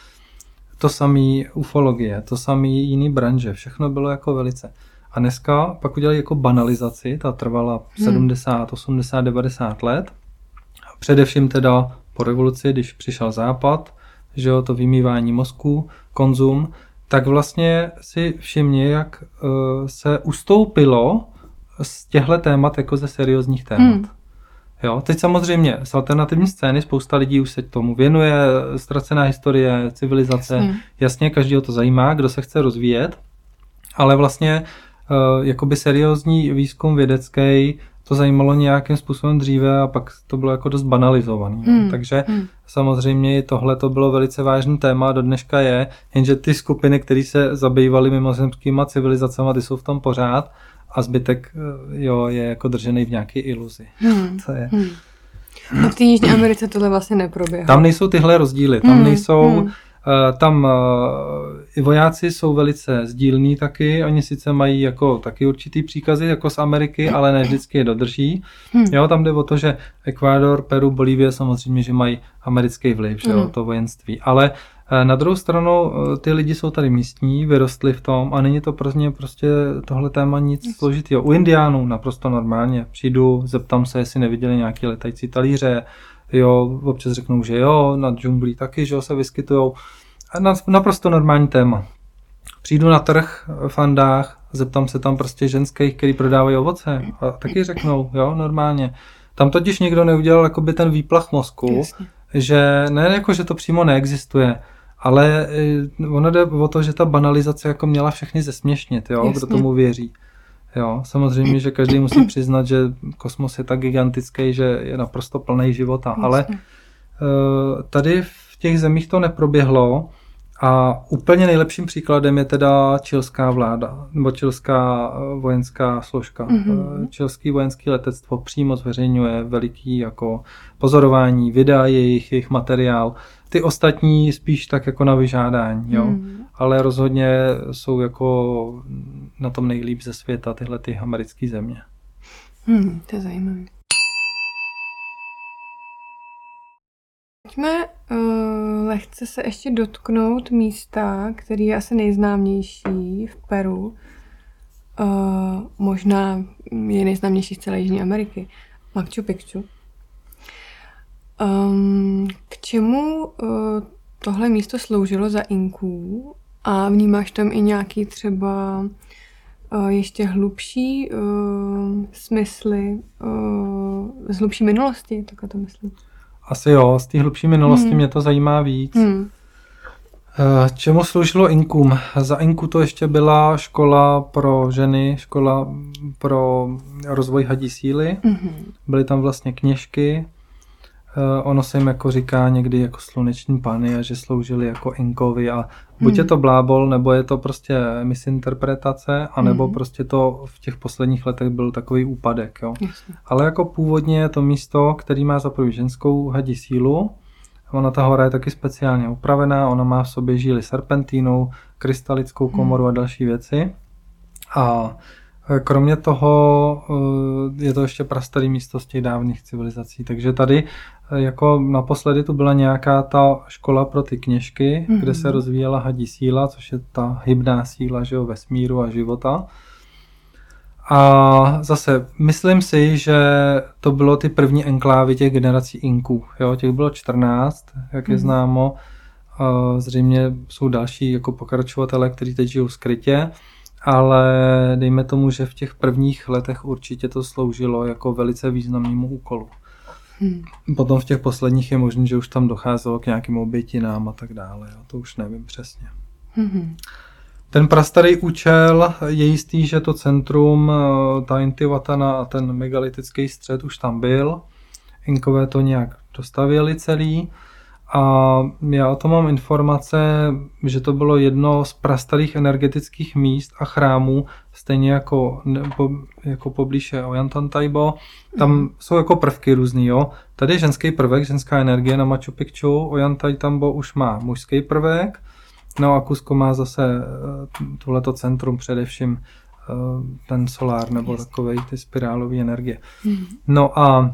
To samý ufologie, to samý jiný branže, všechno bylo jako velice. A dneska pak udělali jako banalizaci, ta trvala sedmdesát, osmdesát, devadesát let. Především teda po revoluci, když přišel západ, že jo, to vymývání mozku, konzum, tak vlastně si všimni, jak uh, se ustoupilo z těchto témat jako ze seriózních témat. Hmm. Jo, teď samozřejmě z alternativní scény spousta lidí už se tomu věnuje, ztracená historie, civilizace, jasně, jasně každýho to zajímá, kdo se chce rozvíjet, ale vlastně uh, jakoby seriózní výzkum vědecký to zajímalo nějakým způsobem dříve a pak to bylo jako dost banalizované. Hmm. Takže hmm. samozřejmě tohle to bylo velice vážný téma, do dneška je, jenže ty skupiny, které se zabývaly mimozemskýma civilizacemi, ty jsou v tom pořád a zbytek jo, je jako držený v nějaké iluzi. Hmm. To je. Hmm. A v té Jižní Americe tohle vlastně neproběhlo. Tam nejsou tyhle rozdíly, tam hmm. nejsou... Hmm. Tam i vojáci jsou velice sdílní taky, oni sice mají jako taky určitý příkazy jako z Ameriky, ale ne vždycky je dodrží. Hmm. Jo, tam jde o to, že Ekvádor, Peru, Bolívie samozřejmě, že mají americký vliv, že jo, hmm. to vojenství. Ale na druhou stranu ty lidi jsou tady místní, vyrostli v tom a není to pro ně prostě tohle téma nic složitého. U Indiánů naprosto normálně. Přijdu, zeptám se, jestli neviděli nějaký letající talíře, jo, občas řeknou, že jo, na džunglí taky, že jo, se vyskytujou. Naprosto normální téma. Přijdu na trh v Andách, zeptám se tam prostě ženských, který prodávají ovoce a taky řeknou, jo, normálně. Tam totiž nikdo neudělal jakoby ten výplach mozku, jasně, že ne jako, že to přímo neexistuje, ale ono jde o to, že ta banalizace jako měla všechny zesměšnit, jo, jasně, kdo tomu věří. Jo, samozřejmě, že každý musí přiznat, že kosmos je tak gigantický, že je naprosto plný života, jasně, ale uh, tady v těch zemích to neproběhlo a úplně nejlepším příkladem je teda chilská vláda, nebo chilská vojenská složka. Mm-hmm. Chilský vojenský letectvo přímo zveřejňuje veliký jako pozorování, videa jejich, jejich materiál. Ty ostatní spíš tak jako na vyžádání, jo. Mm. Ale rozhodně jsou jako na tom nejlíp ze světa tyhle ty americké země. Hmm, to je zajímavé. Pojďme uh, lehce se ještě dotknout místa, který je asi nejznámější v Peru. Uh, možná je nejznámější z celé Jižní Ameriky. Machu Picchu. Um, k čemu uh, tohle místo sloužilo za Inků a vnímáš tam i nějaký třeba uh, ještě hlubší uh, smysly uh, z hlubší minulosti, takhle to myslím. Asi jo, z té hlubší minulosti hmm. mě to zajímá víc. Hmm. Čemu sloužilo Inkům? Za Inku to ještě byla škola pro ženy, škola pro rozvoj hadí síly. Hmm. Byly tam vlastně kněžky. Ono se jim jako říká někdy jako sluneční pany a že sloužili jako Inkovi a buď hmm. je to blábol, nebo je to prostě misinterpretace, anebo hmm. prostě to v těch posledních letech byl takový úpadek. Jo. Ale jako původně je to místo, který má za první ženskou hadí sílu. Ona ta hora je taky speciálně upravená, ona má v sobě žíly serpentínu, krystalickou komoru hmm. a další věci. A kromě toho je to ještě prastarý místo z těch dávných civilizací, takže tady jako naposledy tu byla nějaká ta škola pro ty kněžky, mm-hmm. kde se rozvíjela hadí síla, což je ta hybná síla, že jo, vesmíru a života. A zase myslím si, že to bylo ty první enklávy těch generací Inků, jo, těch bylo čtrnáct, jak je mm-hmm. známo. Zřejmě jsou další jako pokračovatelé, kteří teď žijou skrytě. Ale dejme tomu, že v těch prvních letech určitě to sloužilo jako velice významnému úkolu. Hmm. Potom v těch posledních je možné, že už tam docházelo k nějakým obětinám a tak dále. Jo. To už nevím přesně. Hmm. Ten prastarý účel je jistý, že to centrum, ta Intihuatana a ten megalitický střed už tam byl. Inkové to nějak dostavěli celý. A já o tom mám informace, že to bylo jedno z prastarých energetických míst a chrámů, stejně jako, po, jako poblíže Ollantaytambo. Tam mm. jsou jako prvky různý, jo. Tady je ženský prvek, ženská energie na Machu Picchu, Ollantaytambo už má mužský prvek No a Cusco má zase tohleto centrum, především ten solár nebo yes. takovej ty spirálové energie. Mm. No a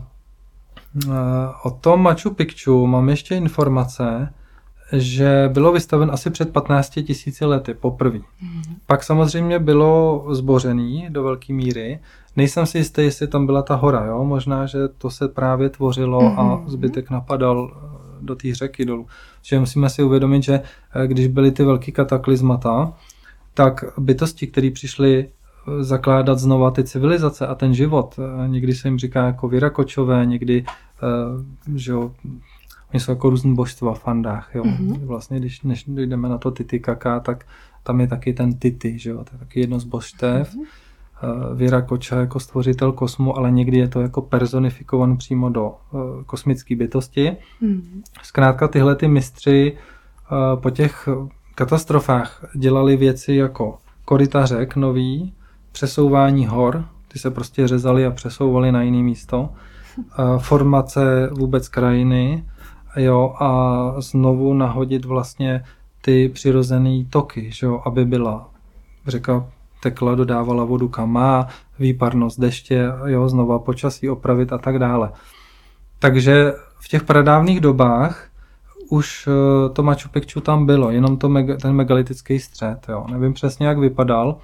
o tom Machu Picchu mám ještě informace, že bylo vystaven asi před patnácti tisíci lety poprvé. Mm. Pak samozřejmě bylo zbořený do velké míry. Nejsem si jistý, jestli tam byla ta hora, jo? Možná, že to se právě tvořilo mm. a zbytek napadal do té řeky dolů. Že musíme si uvědomit, že když byly ty velký kataklizmata, tak bytosti, které přišly zakládat znova ty civilizace a ten život, někdy se jim říká jako Virakočové, někdy, že jo, oni jsou jako různý božstva v Andách, jo. Mm-hmm. Vlastně, když než jdeme na to Titicaca, tak tam je taky ten Titi, že jo, to je taky jedno z božstev. Mm-hmm. Virakoča jako stvořitel kosmu, ale někdy je to jako personifikovaný přímo do uh, kosmické bytosti. Mm. Zkrátka tyhle ty mistři uh, po těch katastrofách dělali věci jako koryta řek nový, přesouvání hor, ty se prostě řezali a přesouvali na jiné místo, uh, formace vůbec krajiny, jo, a znovu nahodit vlastně ty přirozené toky, že jo, aby byla řeka tekla, dodávala vodu kam má, výparnost deště, jo, znova počasí opravit a tak dále. Takže v těch pradávných dobách už to Machu Picchu tam bylo, jenom to mega, ten megalitický střed, jo. Nevím přesně, jak vypadal,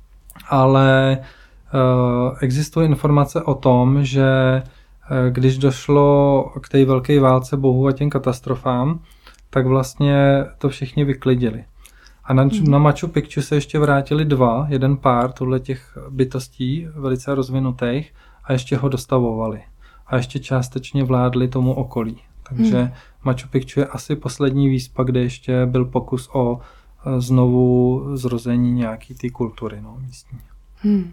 ale uh, existuje informace o tom, že uh, když došlo k té velké válce bohů a těm katastrofám, tak vlastně to všichni vyklidili. A na, mm. na Machu Picchu se ještě vrátili dva, jeden pár tohle těch bytostí velice rozvinutých a ještě ho dostavovali. A ještě částečně vládli tomu okolí. Takže mm. Machu Picchu je asi poslední výspa, kde ještě byl pokus o znovu zrození nějaký té kultury, no, místní. Mm.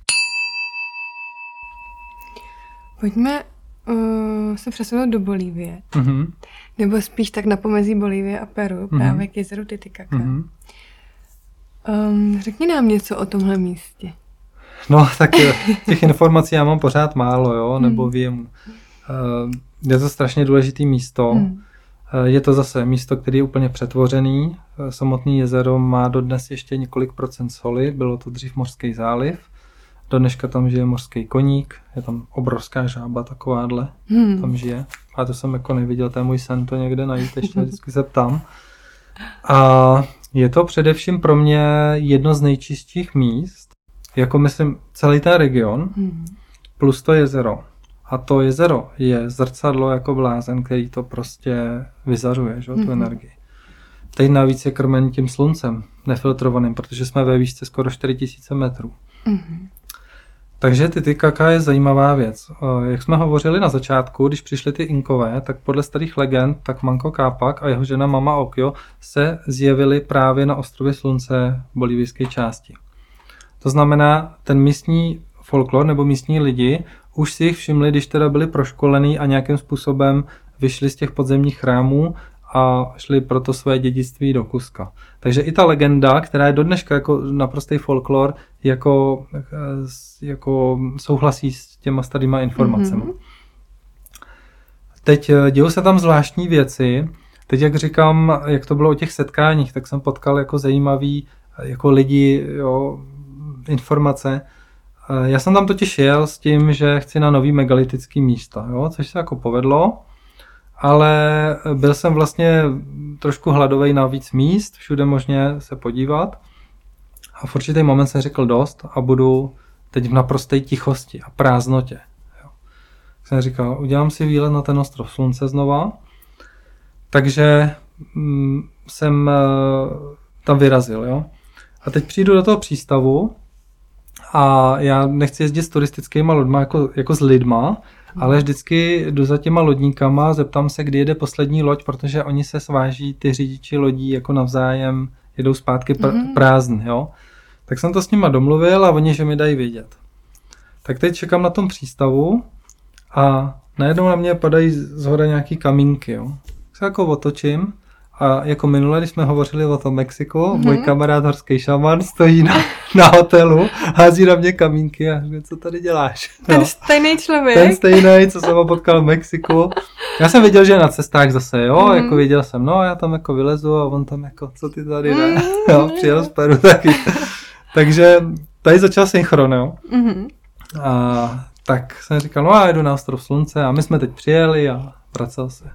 Pojďme uh, se přesunout do Bolívie. Mm-hmm. Nebo spíš tak na pomezí Bolívie a Peru, mm-hmm. právě k jezeru Titicaca. Mm-hmm. Um, řekni nám něco o tomhle místě. No, tak těch informací já mám pořád málo, jo, nebo vím. Uh, je to strašně důležité místo. Mm. Uh, je to zase místo, které je úplně přetvořený. Uh, samotné jezero má dodnes ještě několik procent soli. Bylo to dřív mořský záliv. Do dneška tam žije mořský koník. Je tam obrovská žába takováhle. Mm. Tam žije. A to jsem jako neviděl, to je můj sen to někde najít, ještě vždycky se ptám. A je to především pro mě jedno z nejčistších míst, jako myslím celý ten region, mm. plus to jezero. A to jezero je zrcadlo jako blázen, který to prostě vyzařuje, že, mm. tu energii. Teď navíc je krmen tím sluncem, nefiltrovaným, protože jsme ve výšce skoro čtyři tisíce metrů. Mm. Takže Titicaca je zajímavá věc. Jak jsme hovořili na začátku, když přišli ty Inkové, tak podle starých legend, tak Manco Cápac a jeho žena Mama Ocllo se zjevili právě na ostrově Slunce v bolívijské části. To znamená, ten místní folklor nebo místní lidi už si jich všimli, když teda byli proškolení a nějakým způsobem vyšli z těch podzemních chrámů a šli pro to své dědictví do Cusca. Takže i ta legenda, která je do dneška jako naprostý folklor, jako, jako souhlasí s těma starýma informacemi. Mm-hmm. Teď dějou se tam zvláštní věci. Teď, jak říkám, jak to bylo o těch setkáních, tak jsem potkal jako zajímavý jako lidi, jo, informace. Já jsem tam totiž jel s tím, že chci na nový megalitický místa, jo, což se jako povedlo. Ale byl jsem vlastně trošku hladovej na víc míst, všude možně se podívat. A v určitý moment jsem řekl dost a budu teď v naprosté tichosti a prázdnotě. Jo. Jsem říkal, udělám si výlet na ten ostrov Slunce znova. Takže mm, jsem uh, tam vyrazil. Jo. A teď přijdu do toho přístavu a já nechci jezdit s turistickýma lodma jako, jako s lidma, ale vždycky jdu za těma lodníkama, zeptám se, kdy jede poslední loď, protože oni se sváží, ty řidiči lodí jako navzájem, jedou zpátky pr- mm-hmm. prázdn, jo. Tak jsem to s nima domluvil a oni, že mi dají vědět. Tak teď čekám na tom přístavu a najednou na mě padají zhora nějaký kamínky, jo. Tak se jako otočím A jako minule, když jsme hovořili o tom Mexiku, mm-hmm. můj kamarád horský šaman stojí na, na hotelu, hází na mě kamínky a říká, co tady děláš? Ten no. stejný člověk. Ten stejný, co jsem ho potkal v Mexiku. Já jsem věděl, že je na cestách zase, jo, mm-hmm. jako věděl jsem, no já tam jako vylezu a on tam jako, co ty tady ne? Mm-hmm. Jo, přijel z Peru taky. Takže tady začal synchron, jo. Mm-hmm. A tak jsem říkal, no já jdu na ostrov Slunce a my jsme teď přijeli a vracel se.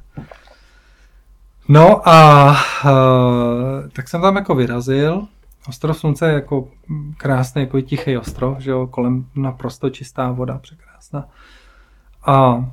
No a uh, tak jsem tam jako vyrazil. Ostrov Slunce je jako krásný, jako tichý ostrov, že jo, kolem naprosto čistá voda, překrásná. A uh,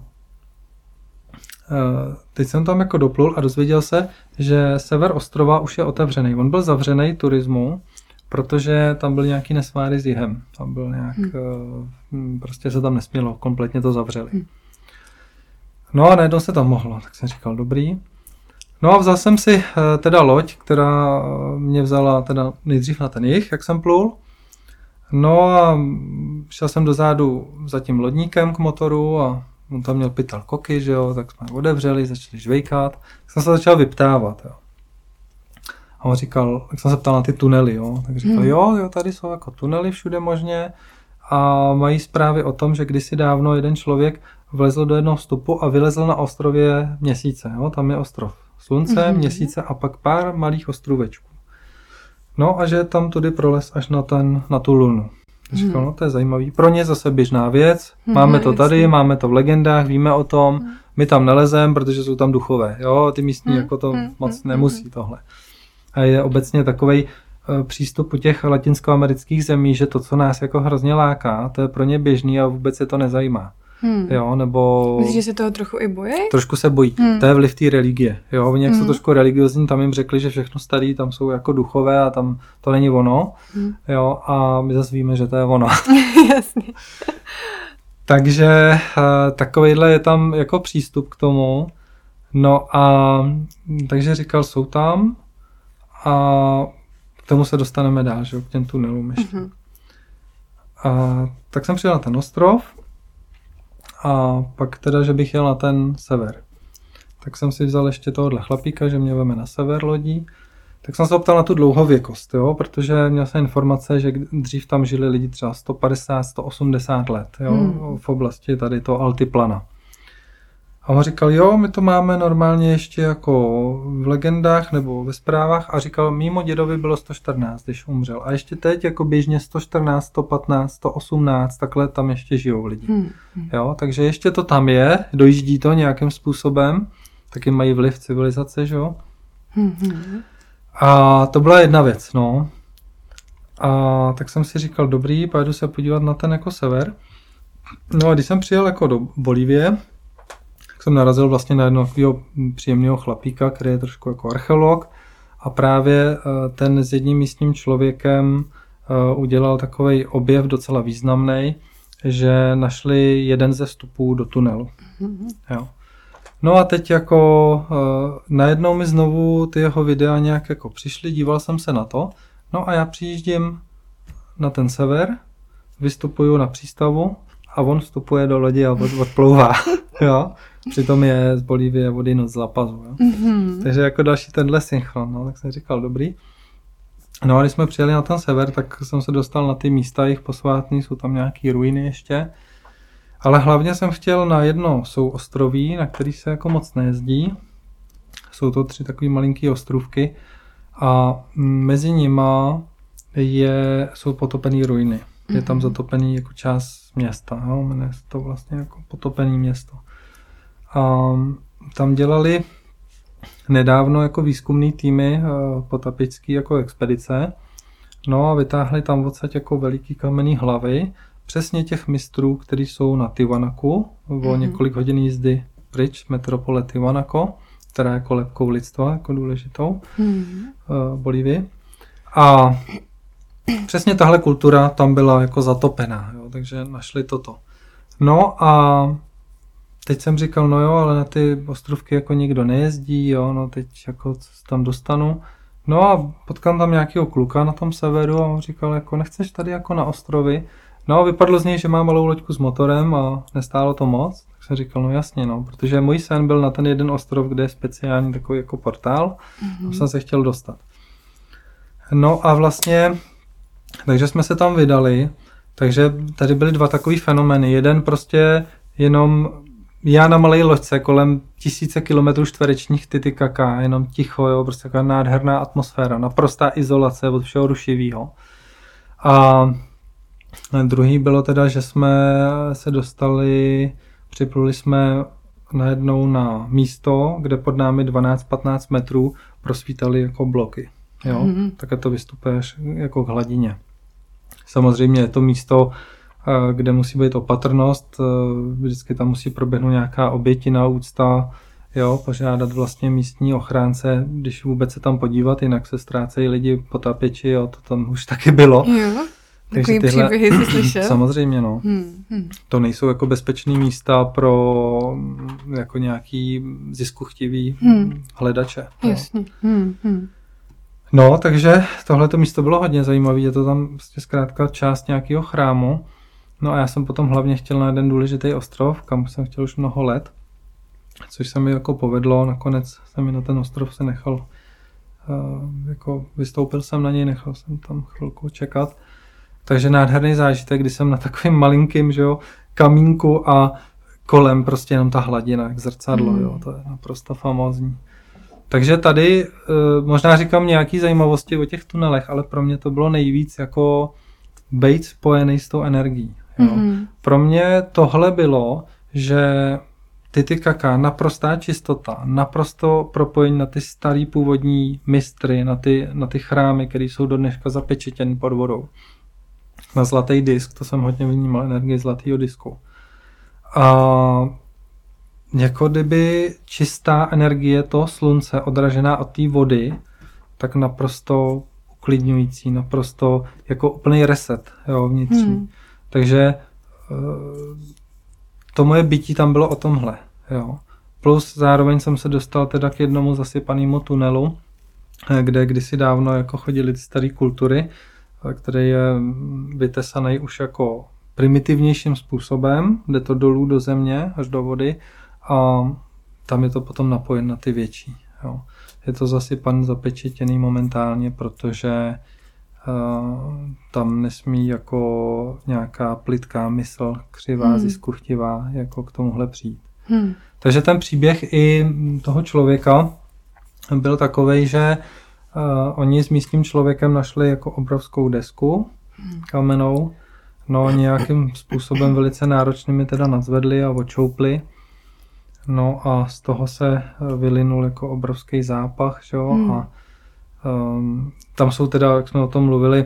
teď jsem tam jako doplul a dozvěděl se, že sever ostrova už je otevřený. On byl zavřený turismu, protože tam byly nějaký nesváry s jihem. Tam byl nějak, hmm. prostě se tam nesmělo, kompletně to zavřeli. Hmm. No a najednou se tam mohlo, tak jsem říkal, dobrý. No a vzal jsem si teda loď, která mě vzala teda nejdřív na ten jih, jak jsem plul. No a šel jsem dozadu za tím lodníkem k motoru a on tam měl pytel koky, že jo, tak jsme otevřeli, začali žvejkat. Tak jsem se začal vyptávat, jo. A on říkal, tak jsem se ptal na ty tunely, jo, tak říkal, hmm. jo, jo, tady jsou jako tunely všude možně a mají zprávy o tom, že kdysi dávno jeden člověk vlezl do jednoho vstupu a vylezl na ostrově Měsíce, jo, tam je ostrov Slunce, hmm. Měsíce a pak pár malých ostrůvečků. No a že tam tudy prolez až na, ten, na tu lunu. Říkal, hmm. no to je zajímavý. Pro ně zase běžná věc, hmm, máme to tady, jasný. Máme to v legendách, víme o tom, hmm. my tam nelezem, protože jsou tam duchové, jo, ty místní hmm. jako to hmm. moc hmm. nemusí tohle. A je obecně takovej uh, přístup u těch latinskoamerických zemí, že to, co nás jako hrozně láká, to je pro ně běžný a vůbec se to nezajímá. Hmm. Jo, nebo... Myslíš, že se toho trochu i bojí? Trošku se bojí. Hmm. To je vliv té religie. Jo, oni jak hmm. jsou trošku religiozní, tam jim řekli, že všechno starý, tam jsou jako duchové a tam to není ono. Hmm. Jo, a my zase víme, že to je ono. Jasně. Takže uh, takovejhle je tam jako přístup k tomu. No a takže říkal, jsou tam a k tomu se dostaneme dál, že jo, k těm tunelům ještě. Hmm. A tak jsem přijel na ten ostrov. A pak teda, že bych jel na ten sever. Tak jsem si vzal ještě tohohle chlapíka, že mě veme na sever lodí. Tak jsem se optal na tu dlouhověkost, jo, protože měl jsem informace, že dřív tam žili lidi třeba sto padesát, sto osmdesát let, jo, hmm. v oblasti tady to Altiplana. A on říkal, jo, my to máme normálně ještě jako v legendách nebo ve zprávách a říkal, mimo dědovi bylo sto čtrnáct, když umřel. A ještě teď jako běžně sto čtrnáct, sto patnáct, sto osmnáct, takhle tam ještě žijou lidi. Hmm. Jo, takže ještě to tam je, dojíždí to nějakým způsobem, taky mají vliv civilizace, že jo. Hmm. A to byla jedna věc, no. A tak jsem si říkal, dobrý, pojedu se podívat na ten jako sever. No a když jsem přijel jako do Bolívie, jsem narazil vlastně na jednoho takového příjemného chlapíka, který je trošku jako archeolog a právě ten s jedním místním člověkem udělal takovej objev docela významný, že našli jeden ze vstupů do tunelu. Mm-hmm. Jo. No a teď jako najednou mi znovu ty jeho videa nějak jako přišly, díval jsem se na to, no a já přijíždím na ten sever, vystupuju na přístavu a on vstupuje do lodi a odplouvá. Jo. Přitom je z Bolívie odjinud z La Pazu. Jo? Mm-hmm. Takže jako další tenhle synchron, no, tak jsem říkal, dobrý. No a když jsme přijeli na ten sever, tak jsem se dostal na ty místa jejich posvátný, jsou tam nějaký ruiny ještě. Ale hlavně jsem chtěl na jedno souostroví, na který se jako moc nejezdí. Jsou to tři takový malinký ostrůvky a mezi nima je, jsou potopený ruiny. Je tam zatopený jako část města, jo? Jmenuje se to vlastně jako potopený město. A tam dělali nedávno jako výzkumný týmy potapičský jako expedice. No a vytáhli tam odsaď jako veliký kamenný hlavy, přesně těch mistrů, kteří jsou na Tiwanaku, mm-hmm. o několik hodin jízdy pryč, metropole Tiwanaku, která je kolébkou lidstva, jako důležitou mm-hmm. v Bolívii. A přesně tahle kultura tam byla jako zatopená, jo, takže našli toto. No a teď jsem říkal, no jo, ale na ty ostrovky jako nikdo nejezdí, jo, no teď jako tam dostanu. No a potkám tam nějakého kluka na tom severu a on říkal, jako nechceš tady jako na ostrovy? No a vypadlo z něj, že má malou loďku s motorem a nestálo to moc. Tak jsem říkal, no jasně, no, protože můj sen byl na ten jeden ostrov, kde je speciální takový jako portál, mm-hmm. jsem se chtěl dostat. No a vlastně, takže jsme se tam vydali, takže tady byly dva takový fenomény. Jeden prostě jenom já na malé loďce kolem tisíce kilometrů čtverečních Titicaca, jenom ticho, jo, prostě taková nádherná atmosféra, naprostá izolace od všeho rušivého. A druhý bylo teda, že jsme se dostali, připluli jsme najednou na místo, kde pod námi dvanáct patnáct metrů prosvítaly jako bloky. Jo? Mm-hmm. Tak to vystupuješ jako k hladině. Samozřejmě je to místo, kde musí být opatrnost, vždycky tam musí proběhnout nějaká obětina, úcta, jo, požádat vlastně místní ochránce, když vůbec se tam podívat, jinak se ztrácejí lidi po tapěči, jo, to tam už taky bylo. Jo, takový tyhle příběhy jsi slyšel? Samozřejmě, no. Hmm, hmm. To nejsou jako bezpečné místa pro jako nějaký ziskuchtivý hmm. hledače. Jasně. Hmm, hmm. No, takže tohleto místo bylo hodně zajímavé, je to tam vlastně zkrátka část nějakého chrámu. No a já jsem potom hlavně chtěl na jeden důležitý ostrov, kam jsem chtěl už mnoho let, což se mi jako povedlo, nakonec jsem mi na ten ostrov se nechal, uh, jako vystoupil jsem na něj, nechal jsem tam chvilku čekat. Takže nádherný zážitek, kdy jsem na takovým malinkým, že jo, kamínku a kolem prostě jenom ta hladina, jak zrcadlo, mm. jo, to je naprosto famózní. Takže tady uh, možná říkám nějaký zajímavosti o těch tunelech, ale pro mě to bylo nejvíc jako být spojený s tou energií. Jo. Mm-hmm. Pro mě tohle bylo, že Titicaca, naprostá čistota, naprosto propojení na ty starý původní mistry, na ty, na ty chrámy, které jsou do dneška zapečetěny pod vodou. Na zlatý disk, to jsem hodně vnímal, energii zlatého disku. A jako kdyby čistá energie toho slunce odražená od té vody, tak naprosto uklidňující, naprosto jako úplný reset, jo, vnitřní. Hmm. Takže to moje bytí tam bylo o tomhle, jo. Plus zároveň jsem se dostal teda k jednomu zasypanému tunelu, kde kdysi dávno jako chodili ty staré kultury, který je vytesaný už jako primitivnějším způsobem, jde to dolů do země, až do vody a tam je to potom napojen na ty větší. Jo. Je to zasypaný, zapečetěný momentálně, protože uh, tam nesmí jako nějaká plytká mysl, křivá, hmm. ziskuchtivá, jako k tomuhle přijít. Hmm. Takže ten příběh i toho člověka byl takovej, že uh, oni s místním člověkem našli jako obrovskou desku hmm. kamenou, no nějakým způsobem velice náročnými teda nadzvedli a očoupli. No a z toho se vylinul jako obrovský zápach, že jo, hmm. a um, tam jsou teda, jak jsme o tom mluvili,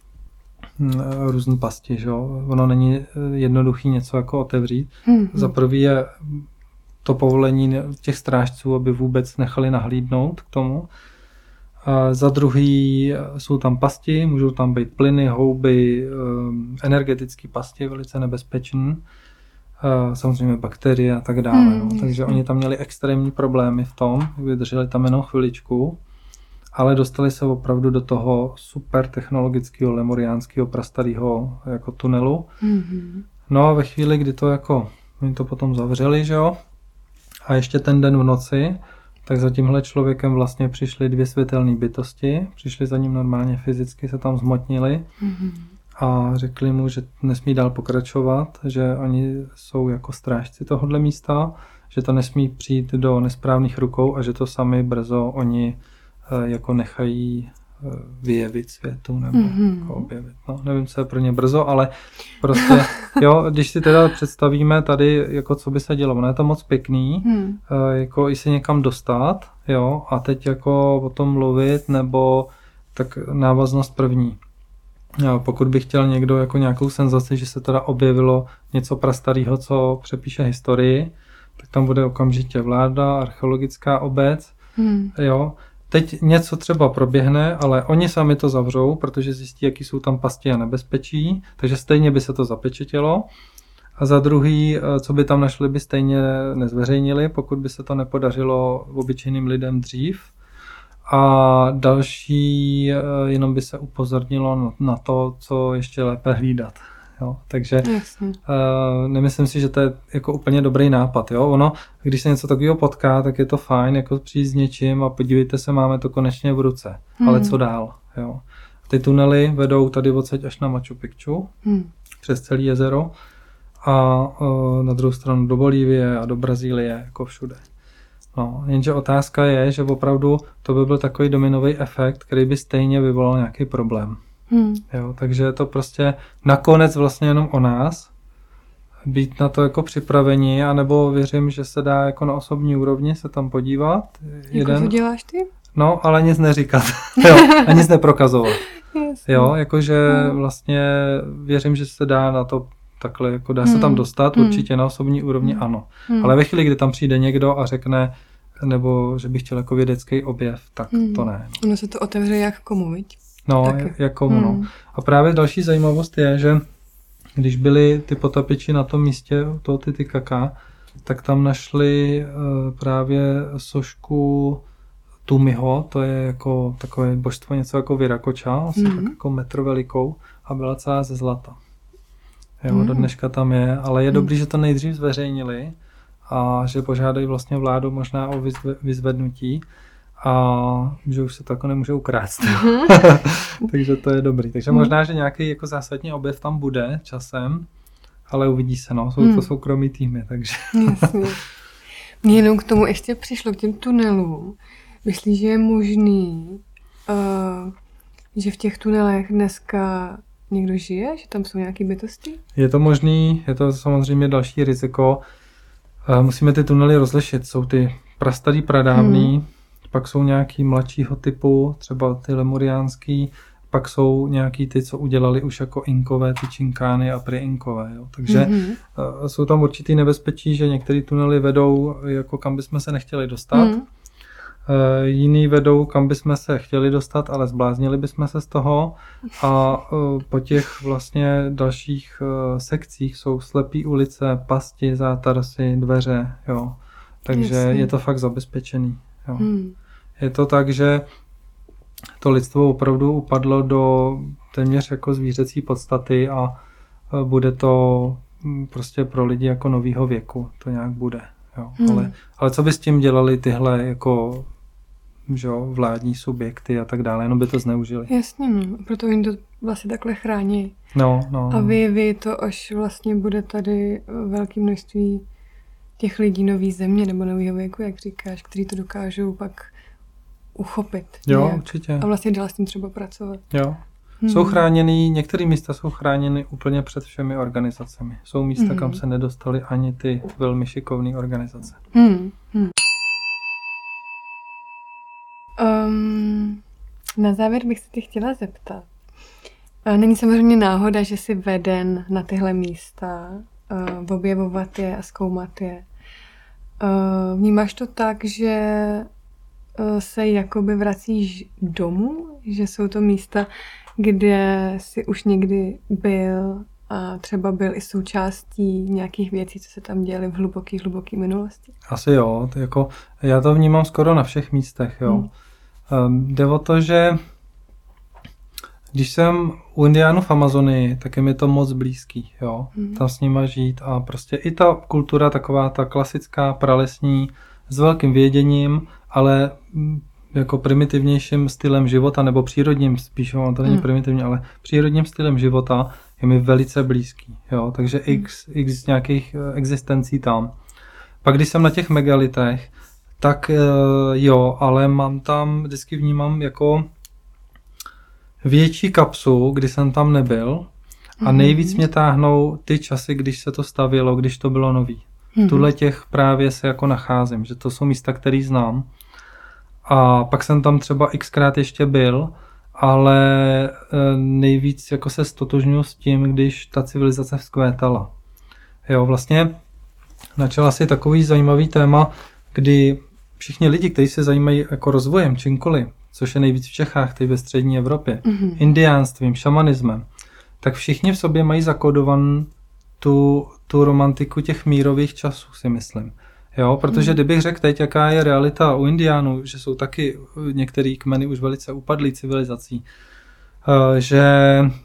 různý pasti, že jo, ono není jednoduchý něco jako otevřít. Hmm. Za prvý je to povolení těch strážců, aby vůbec nechali nahlídnout k tomu. A za druhý jsou tam pasti, můžou tam být plyny, houby, energetické pasti, velice nebezpečné. Samozřejmě bakterie a tak dále. Hmm, no. Takže oni tam měli extrémní problémy v tom, vydrželi tam jenom chviličku, ale dostali se opravdu do toho super technologického lemuriánského prastarého jako tunelu. Hmm. No a ve chvíli, kdy to jako, oni to potom zavřeli, že jo, a ještě ten den v noci, tak za tímhle člověkem vlastně přišly dvě světelné bytosti, přišli za ním normálně fyzicky, se tam zmotnili. Hmm. A řekli mu, že nesmí dál pokračovat, že oni jsou jako strážci tohohle místa, že to nesmí přijít do nesprávných rukou a že to sami brzo oni jako nechají vyjevit světu nebo mm-hmm. jako objevit. No, nevím, co je pro ně brzo, ale prostě, jo, když si teda představíme tady, jako co by se dělo, ono je to moc pěkný, mm. jako i se někam dostat, jo, a teď jako o tom mluvit, nebo tak návaznost první. Jo, pokud by chtěl někdo jako nějakou senzaci, že se teda objevilo něco prastarého, co přepíše historii, tak tam bude okamžitě vláda, archeologická obec. Hmm. Jo. Teď něco třeba proběhne, ale oni sami to zavřou, protože zjistí, jaký jsou tam pasti a nebezpečí, takže stejně by se to zapečetilo. A za druhý, co by tam našli, by stejně nezveřejnili, pokud by se to nepodařilo obyčejným lidem dřív. A další, jenom by se upozornilo na to, co ještě lépe hlídat. Jo? Takže uh, nemyslím si, že to je jako úplně dobrý nápad. Jo? Ono, když se něco takového potká, tak je to fajn, jako přijít s něčím a podívejte se, máme to konečně v ruce. Hmm. Ale co dál? Jo? Ty tunely vedou tady odsaď až na Machu Picchu, hmm. přes celé jezero a uh, na druhou stranu do Bolívie a do Brazílie, jako všude. No, jenže otázka je, že opravdu to by byl takový dominový efekt, který by stejně vyvolal nějaký problém. Hmm. Jo, takže je to prostě nakonec vlastně jenom o nás, být na to jako připraveni, anebo věřím, že se dá jako na osobní úrovni se tam podívat. Jako jeden... to děláš ty? No, ale nic neříkat. Jo, a nic neprokazovat. Jo, jakože vlastně věřím, že se dá na to takhle, jako dá hmm. se tam dostat, hmm. určitě na osobní úrovni hmm. ano. Hmm. Ale ve chvíli, kdy tam přijde někdo a řekne, nebo že by chtěl jako vědecký objev, tak hmm. to ne. No. Ono se to otevře jak komu, viď? No, taky. jak komu, hmm. no. A právě další zajímavost je, že když byli ty potapiči na tom místě, toho Titicaca, tak tam našli uh, právě sošku Tumiho, to je jako takové božstvo, něco jako Viracocha, asi mm-hmm. tak jako metr velikou a byla celá ze zlata. Jo, mm. do dneška tam je, ale je mm. dobrý, že to nejdřív zveřejnili a že požádají vlastně vládu možná o vyzve, vyzvednutí a že už se to jako nemůže ukrást. Mm. Takže to je dobrý. Takže mm. možná, že nějaký jako zásadní objev tam bude časem, ale uvidí se, no, jsou mm. to soukromý týmy, takže. Jasně. Mně jenom k tomu ještě přišlo k těm tunelům. Myslíš, že je možný, uh, že v těch tunelech dneska někdo žije? Že tam jsou nějaké bytosti? Je to možný, je to samozřejmě další riziko. Uh, musíme ty tunely rozlišit. Jsou ty prastarý, pradávný, hmm. pak jsou nějaký mladšího typu, třeba ty lemuriánský, pak jsou nějaký ty, co udělali už jako inkové, ty činkány a pre-inkové. Jo. Takže hmm. uh, jsou tam určitý nebezpečí, že některé tunely vedou, jako kam bychom se nechtěli dostat. Hmm. Uh, jiný vedou, kam bychom se chtěli dostat, ale zbláznili bychom se z toho a uh, po těch vlastně dalších uh, sekcích jsou slepý ulice, pasti, zátarasy, dveře, jo. Takže Jasně. je to fakt zabezpečený, jo. Hmm. Je to tak, že to lidstvo opravdu upadlo do téměř jako zvířecí podstaty a uh, bude to prostě pro lidi jako novýho věku, to nějak bude, jo. Hmm. Ale, ale co by s tím dělali tyhle jako že jo, vládní subjekty a tak dále, jenom by to zneužili. Jasně, no. Proto oni to vlastně takhle chrání. No, no. A vy, vy to, až vlastně bude tady velké množství těch lidí nový země nebo novýho věku, jak říkáš, kteří to dokážou pak uchopit. Jo, nějak. určitě. A vlastně dál s tím třeba pracovat. Jo. Hmm. Jsou chráněný, některé místa jsou chráněny úplně před všemi organizacemi. Jsou místa, hmm. kam se nedostaly ani ty velmi šikovné organizace. Hmm. Hmm. Um, na závěr bych se tě chtěla zeptat. Není samozřejmě náhoda, že jsi veden na tyhle místa, uh, objevovat je a zkoumat je. Uh, vnímáš to tak, že uh, se jakoby vracíš domů? Že jsou to místa, kde jsi už někdy byl a třeba byl i součástí nějakých věcí, co se tam děly v hluboký, hluboký minulosti? Asi jo. To jako, já to vnímám skoro na všech místech, jo. Hmm. Um, jde o to, že když jsem u Indiánů v Amazonii, tak je mi to moc blízký, jo, mm. tam s nima žít a prostě i ta kultura taková ta klasická, pralesní, s velkým věděním, ale jako primitivnějším stylem života, nebo přírodním, spíš, on to není mm. primitivní, ale přírodním stylem života je mi velice blízký, jo, takže mm. x, x nějakých existencí tam. Pak když jsem na těch megalitech, tak jo, ale mám tam, vždycky vnímám jako větší kapsu, kdy jsem tam nebyl a nejvíc mě táhnou ty časy, když se to stavělo, když to bylo nový. V tuhle těch právě se jako nacházím, že to jsou místa, které znám. A pak jsem tam třeba xkrát ještě byl, ale nejvíc jako se stotožňuji s tím, když ta civilizace vzkvétala. Jo, vlastně načala si takový zajímavý téma, kdy všichni lidi, kteří se zajímají jako rozvojem čímkoliv, což je nejvíc v Čechách, tady ve střední Evropě, mm-hmm. indiánstvím, šamanismem, tak všichni v sobě mají zakódovanou tu, tu romantiku těch mírových časů, si myslím. Jo, protože mm-hmm. kdybych řekl teď, jaká je realita u Indiánů, že jsou taky některé kmeny už velice upadlý civilizací, že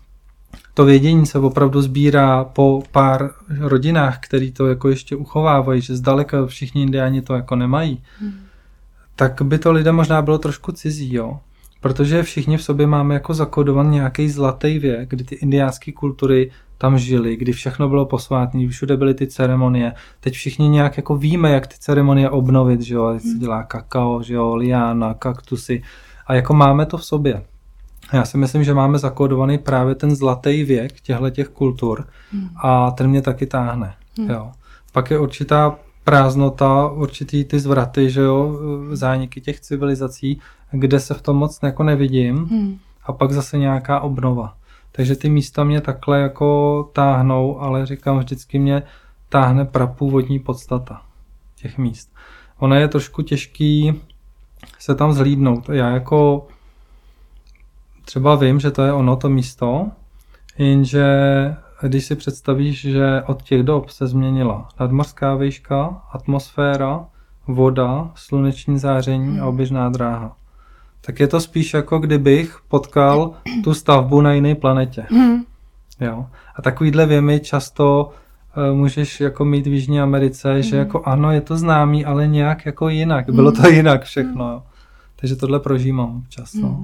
to vědění se opravdu sbírá po pár rodinách, který to jako ještě uchovávají, že zdaleka všichni indiáni to jako nemají, hmm. tak by to lidem možná bylo trošku cizí, jo. Protože všichni v sobě máme jako zakodovaný nějaký zlatý věk, kdy ty indiánské kultury tam žili, kdy všechno bylo posvátné, všude byly ty ceremonie. Teď všichni nějak jako víme, jak ty ceremonie obnovit, že jo, se dělá kakao, že jo, liána, kaktusy a jako máme to v sobě. Já si myslím, že máme zakódovaný právě ten zlatý věk těchto kultur a ten mě taky táhne, jo. Pak je určitá prázdnota, určitý ty zvraty, že jo, zániky těch civilizací, kde se v tom moc jako nevidím hmm. a pak zase nějaká obnova. Takže ty místa mě takhle jako táhnou, ale říkám, vždycky mě táhne prapůvodní podstata těch míst. Ono je trošku těžký se tam zhlídnout. Já jako třeba vím, že to je ono, to místo, jenže když si představíš, že od těch dob se změnila nadmořská výška, atmosféra, voda, sluneční záření a oběžná dráha, tak je to spíš jako kdybych potkal tu stavbu na jiné planetě. Jo. A takovýhle věmy často uh, můžeš jako mít v Jižní Americe, že jako ano, je to známý, ale nějak jako jinak. Bylo to jinak všechno. Jo. Takže tohle prožívám občas. No.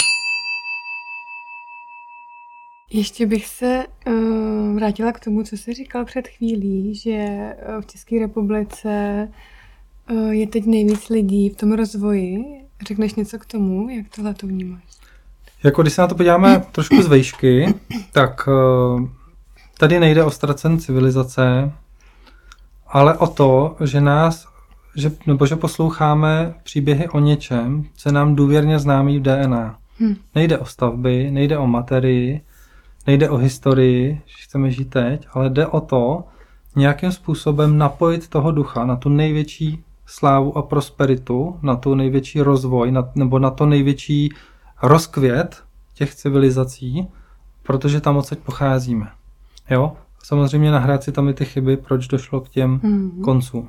Ještě bych se uh, vrátila k tomu, co jsi říkal před chvílí, že v České republice uh, je teď nejvíc lidí v tom rozvoji. Řekneš něco k tomu, jak tohle to vnímáš? Jako když se na to podíváme trošku z vejšky, tak uh, tady nejde o ztracen civilizace, ale o to, že nás, že, nebo že posloucháme příběhy o něčem, co je nám důvěrně známý v D N A. Hmm. Nejde o stavby, nejde o materii, nejde o historii, že chceme žít teď, ale jde o to nějakým způsobem napojit toho ducha na tu největší slávu a prosperitu, na tu největší rozvoj, na, nebo na to největší rozkvět těch civilizací, protože tam odsaď pocházíme. Jo? Samozřejmě nahrát si tam i ty chyby, proč došlo k těm mm-hmm. koncům.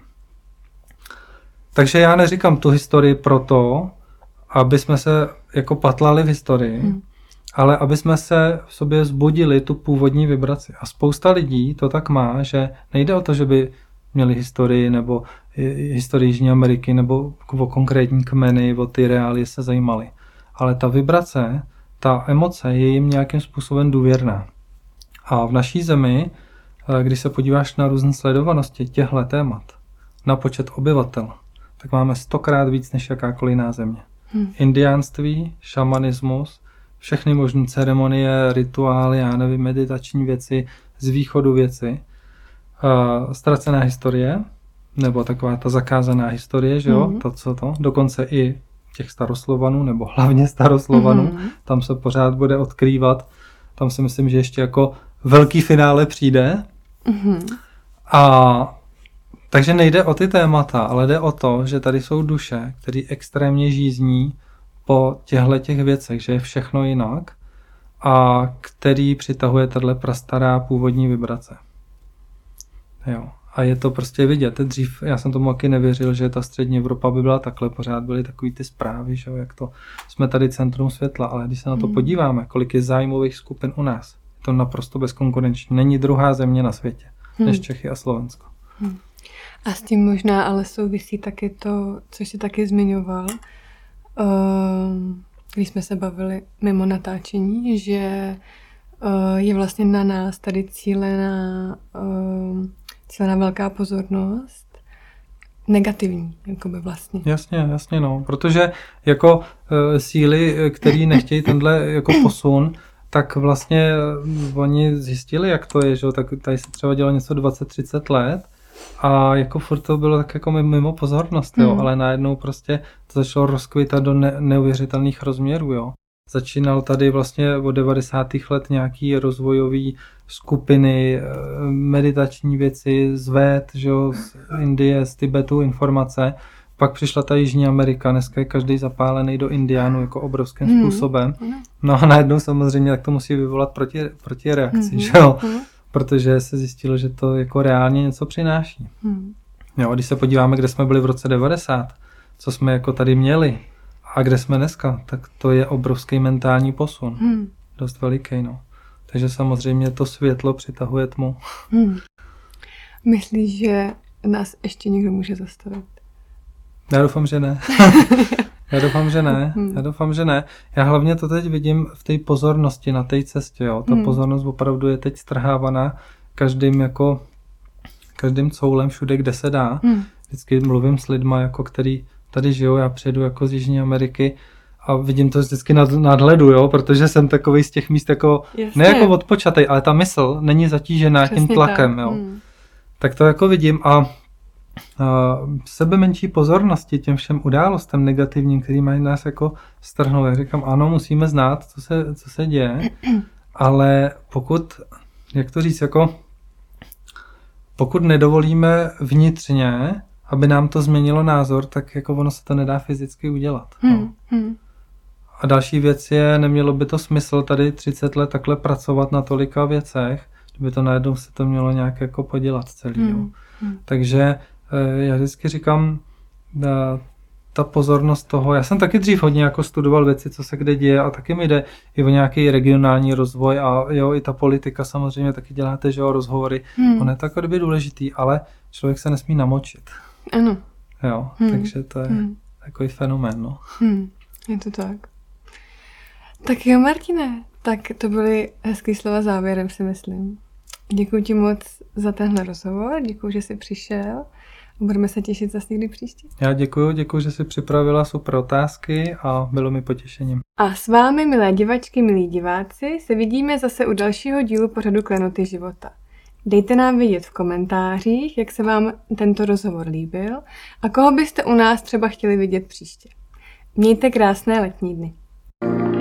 Takže já neříkám tu historii proto, aby jsme se jako patlali v historii, mm. ale aby jsme se v sobě zbudili tu původní vibraci. A spousta lidí to tak má, že nejde o to, že by měli historii nebo historii Jižní Ameriky nebo o konkrétní kmeny, o ty reálie se zajímali. Ale ta vibrace, ta emoce je jim nějakým způsobem důvěrná. A v naší zemi, když se podíváš na různé sledovanosti těchto témat, na počet obyvatel, tak máme stokrát víc než jakákoliv jiná země. Hmm. Indiánství, šamanismus, všechny možné ceremonie, rituály, já nevím, meditační věci, z východu věci, uh, ztracená historie, nebo taková ta zakázaná historie, že jo, mm-hmm. to, co to, dokonce i těch staroslovanů, nebo hlavně staroslovanů, mm-hmm. tam se pořád bude odkrývat, tam si myslím, že ještě jako velký finále přijde. Mm-hmm. A takže nejde o ty témata, ale jde o to, že tady jsou duše, které extrémně žízní po těchto těch věcech, že je všechno jinak a který přitahuje tato prastará původní vibrace. Jo. A je to prostě vidět. Dřív, já jsem tomu taky nevěřil, že ta střední Evropa by byla takhle, pořád byly takový ty zprávy, že jak to jsme tady centrum světla, ale když se na to podíváme, kolik je zájmových skupin u nás, je to naprosto bezkonkurenční. Není druhá země na světě, než Čechy a Slovensko. Hmm. A s tím možná ale souvisí taky to, co jsi taky zmiňoval, když jsme se bavili mimo natáčení, že je vlastně na nás tady cílená, cílená velká pozornost, negativní, jakoby vlastně. Jasně, jasně, no, protože jako síly, který nechtějí tenhle jako posun, tak vlastně oni zjistili, jak to je, že tak tady se třeba dělo něco dvacet třicet let a jako furt to bylo tak jako mimo pozornost, jo, mm. ale najednou prostě to začalo rozkvětat do ne- neuvěřitelných rozměrů, jo. Začínal tady vlastně od devadesátých let nějaký rozvojový skupiny, meditační věci z Véd, že jo, z Indie, z Tibetu informace. Pak přišla ta Jižní Amerika, dneska je každý zapálený do Indiánů jako obrovským mm. způsobem. No a najednou samozřejmě tak to musí vyvolat proti, proti reakci, mm. že jo. Mm. Protože se zjistilo, že to jako reálně něco přináší. Hmm. Jo, a když se podíváme, kde jsme byli v roce devadesát, co jsme jako tady měli a kde jsme dneska, tak to je obrovský mentální posun. Hmm. Dost veliký, no. takže samozřejmě to světlo přitahuje tmu. Hmm. Myslíš, že nás ještě někdo může zastavit? Já doufám, že ne. Já doufám, že ne. Já doufám, že ne. Já hlavně to teď vidím v té pozornosti na té cestě. Jo. Ta hmm. pozornost opravdu je teď strhávaná každým jako každým coulem všude, kde se dá. Hmm. Vždycky mluvím s lidma, jako který tady žijou. Já přijedu jako z Jižní Ameriky a vidím to vždycky nad, nadhledu, jo, protože jsem takovej z těch míst jako, Jasně. ne jako odpočatej, ale ta mysl není zatížená Přesně tím tlakem. tak. Jo. Hmm. Tak to jako vidím a Uh, sebe menší pozornosti těm všem událostem negativním, který mají nás jako strhnout. Já říkám, ano, musíme znát, co se, co se děje, ale pokud, jak to říct, jako pokud nedovolíme vnitřně, aby nám to změnilo názor, tak jako ono se to nedá fyzicky udělat. Hmm. No. Hmm. A další věc je, nemělo by to smysl tady třicet let takhle pracovat na tolika věcech, kdyby to najednou se to mělo nějak jako podělat celý. Hmm. Jo. Hmm. Takže já vždycky říkám, ta pozornost toho, já jsem taky dřív hodně jako studoval věci, co se kde děje a taky mi jde i o nějaký regionální rozvoj a jo, i ta politika samozřejmě taky děláte, že jo, rozhovory, hmm. ono je to jako kdyby důležitý, ale člověk se nesmí namočit. Ano. Jo, hmm. takže to je hmm. takový fenomén, no. Hmm. Je to tak. Tak jo, Martine, tak to byly hezký slova závěrem, si myslím. Děkuji ti moc za tenhle rozhovor, děkuji, že jsi přišel. Budeme se těšit zase někdy příště. Já děkuji, děkuji, že jsi připravila super otázky a bylo mi potěšením. A s vámi, milé divačky, milí diváci, se vidíme zase u dalšího dílu pořadu Klenoty života. Dejte nám vědět v komentářích, jak se vám tento rozhovor líbil a koho byste u nás třeba chtěli vidět příště. Mějte krásné letní dny.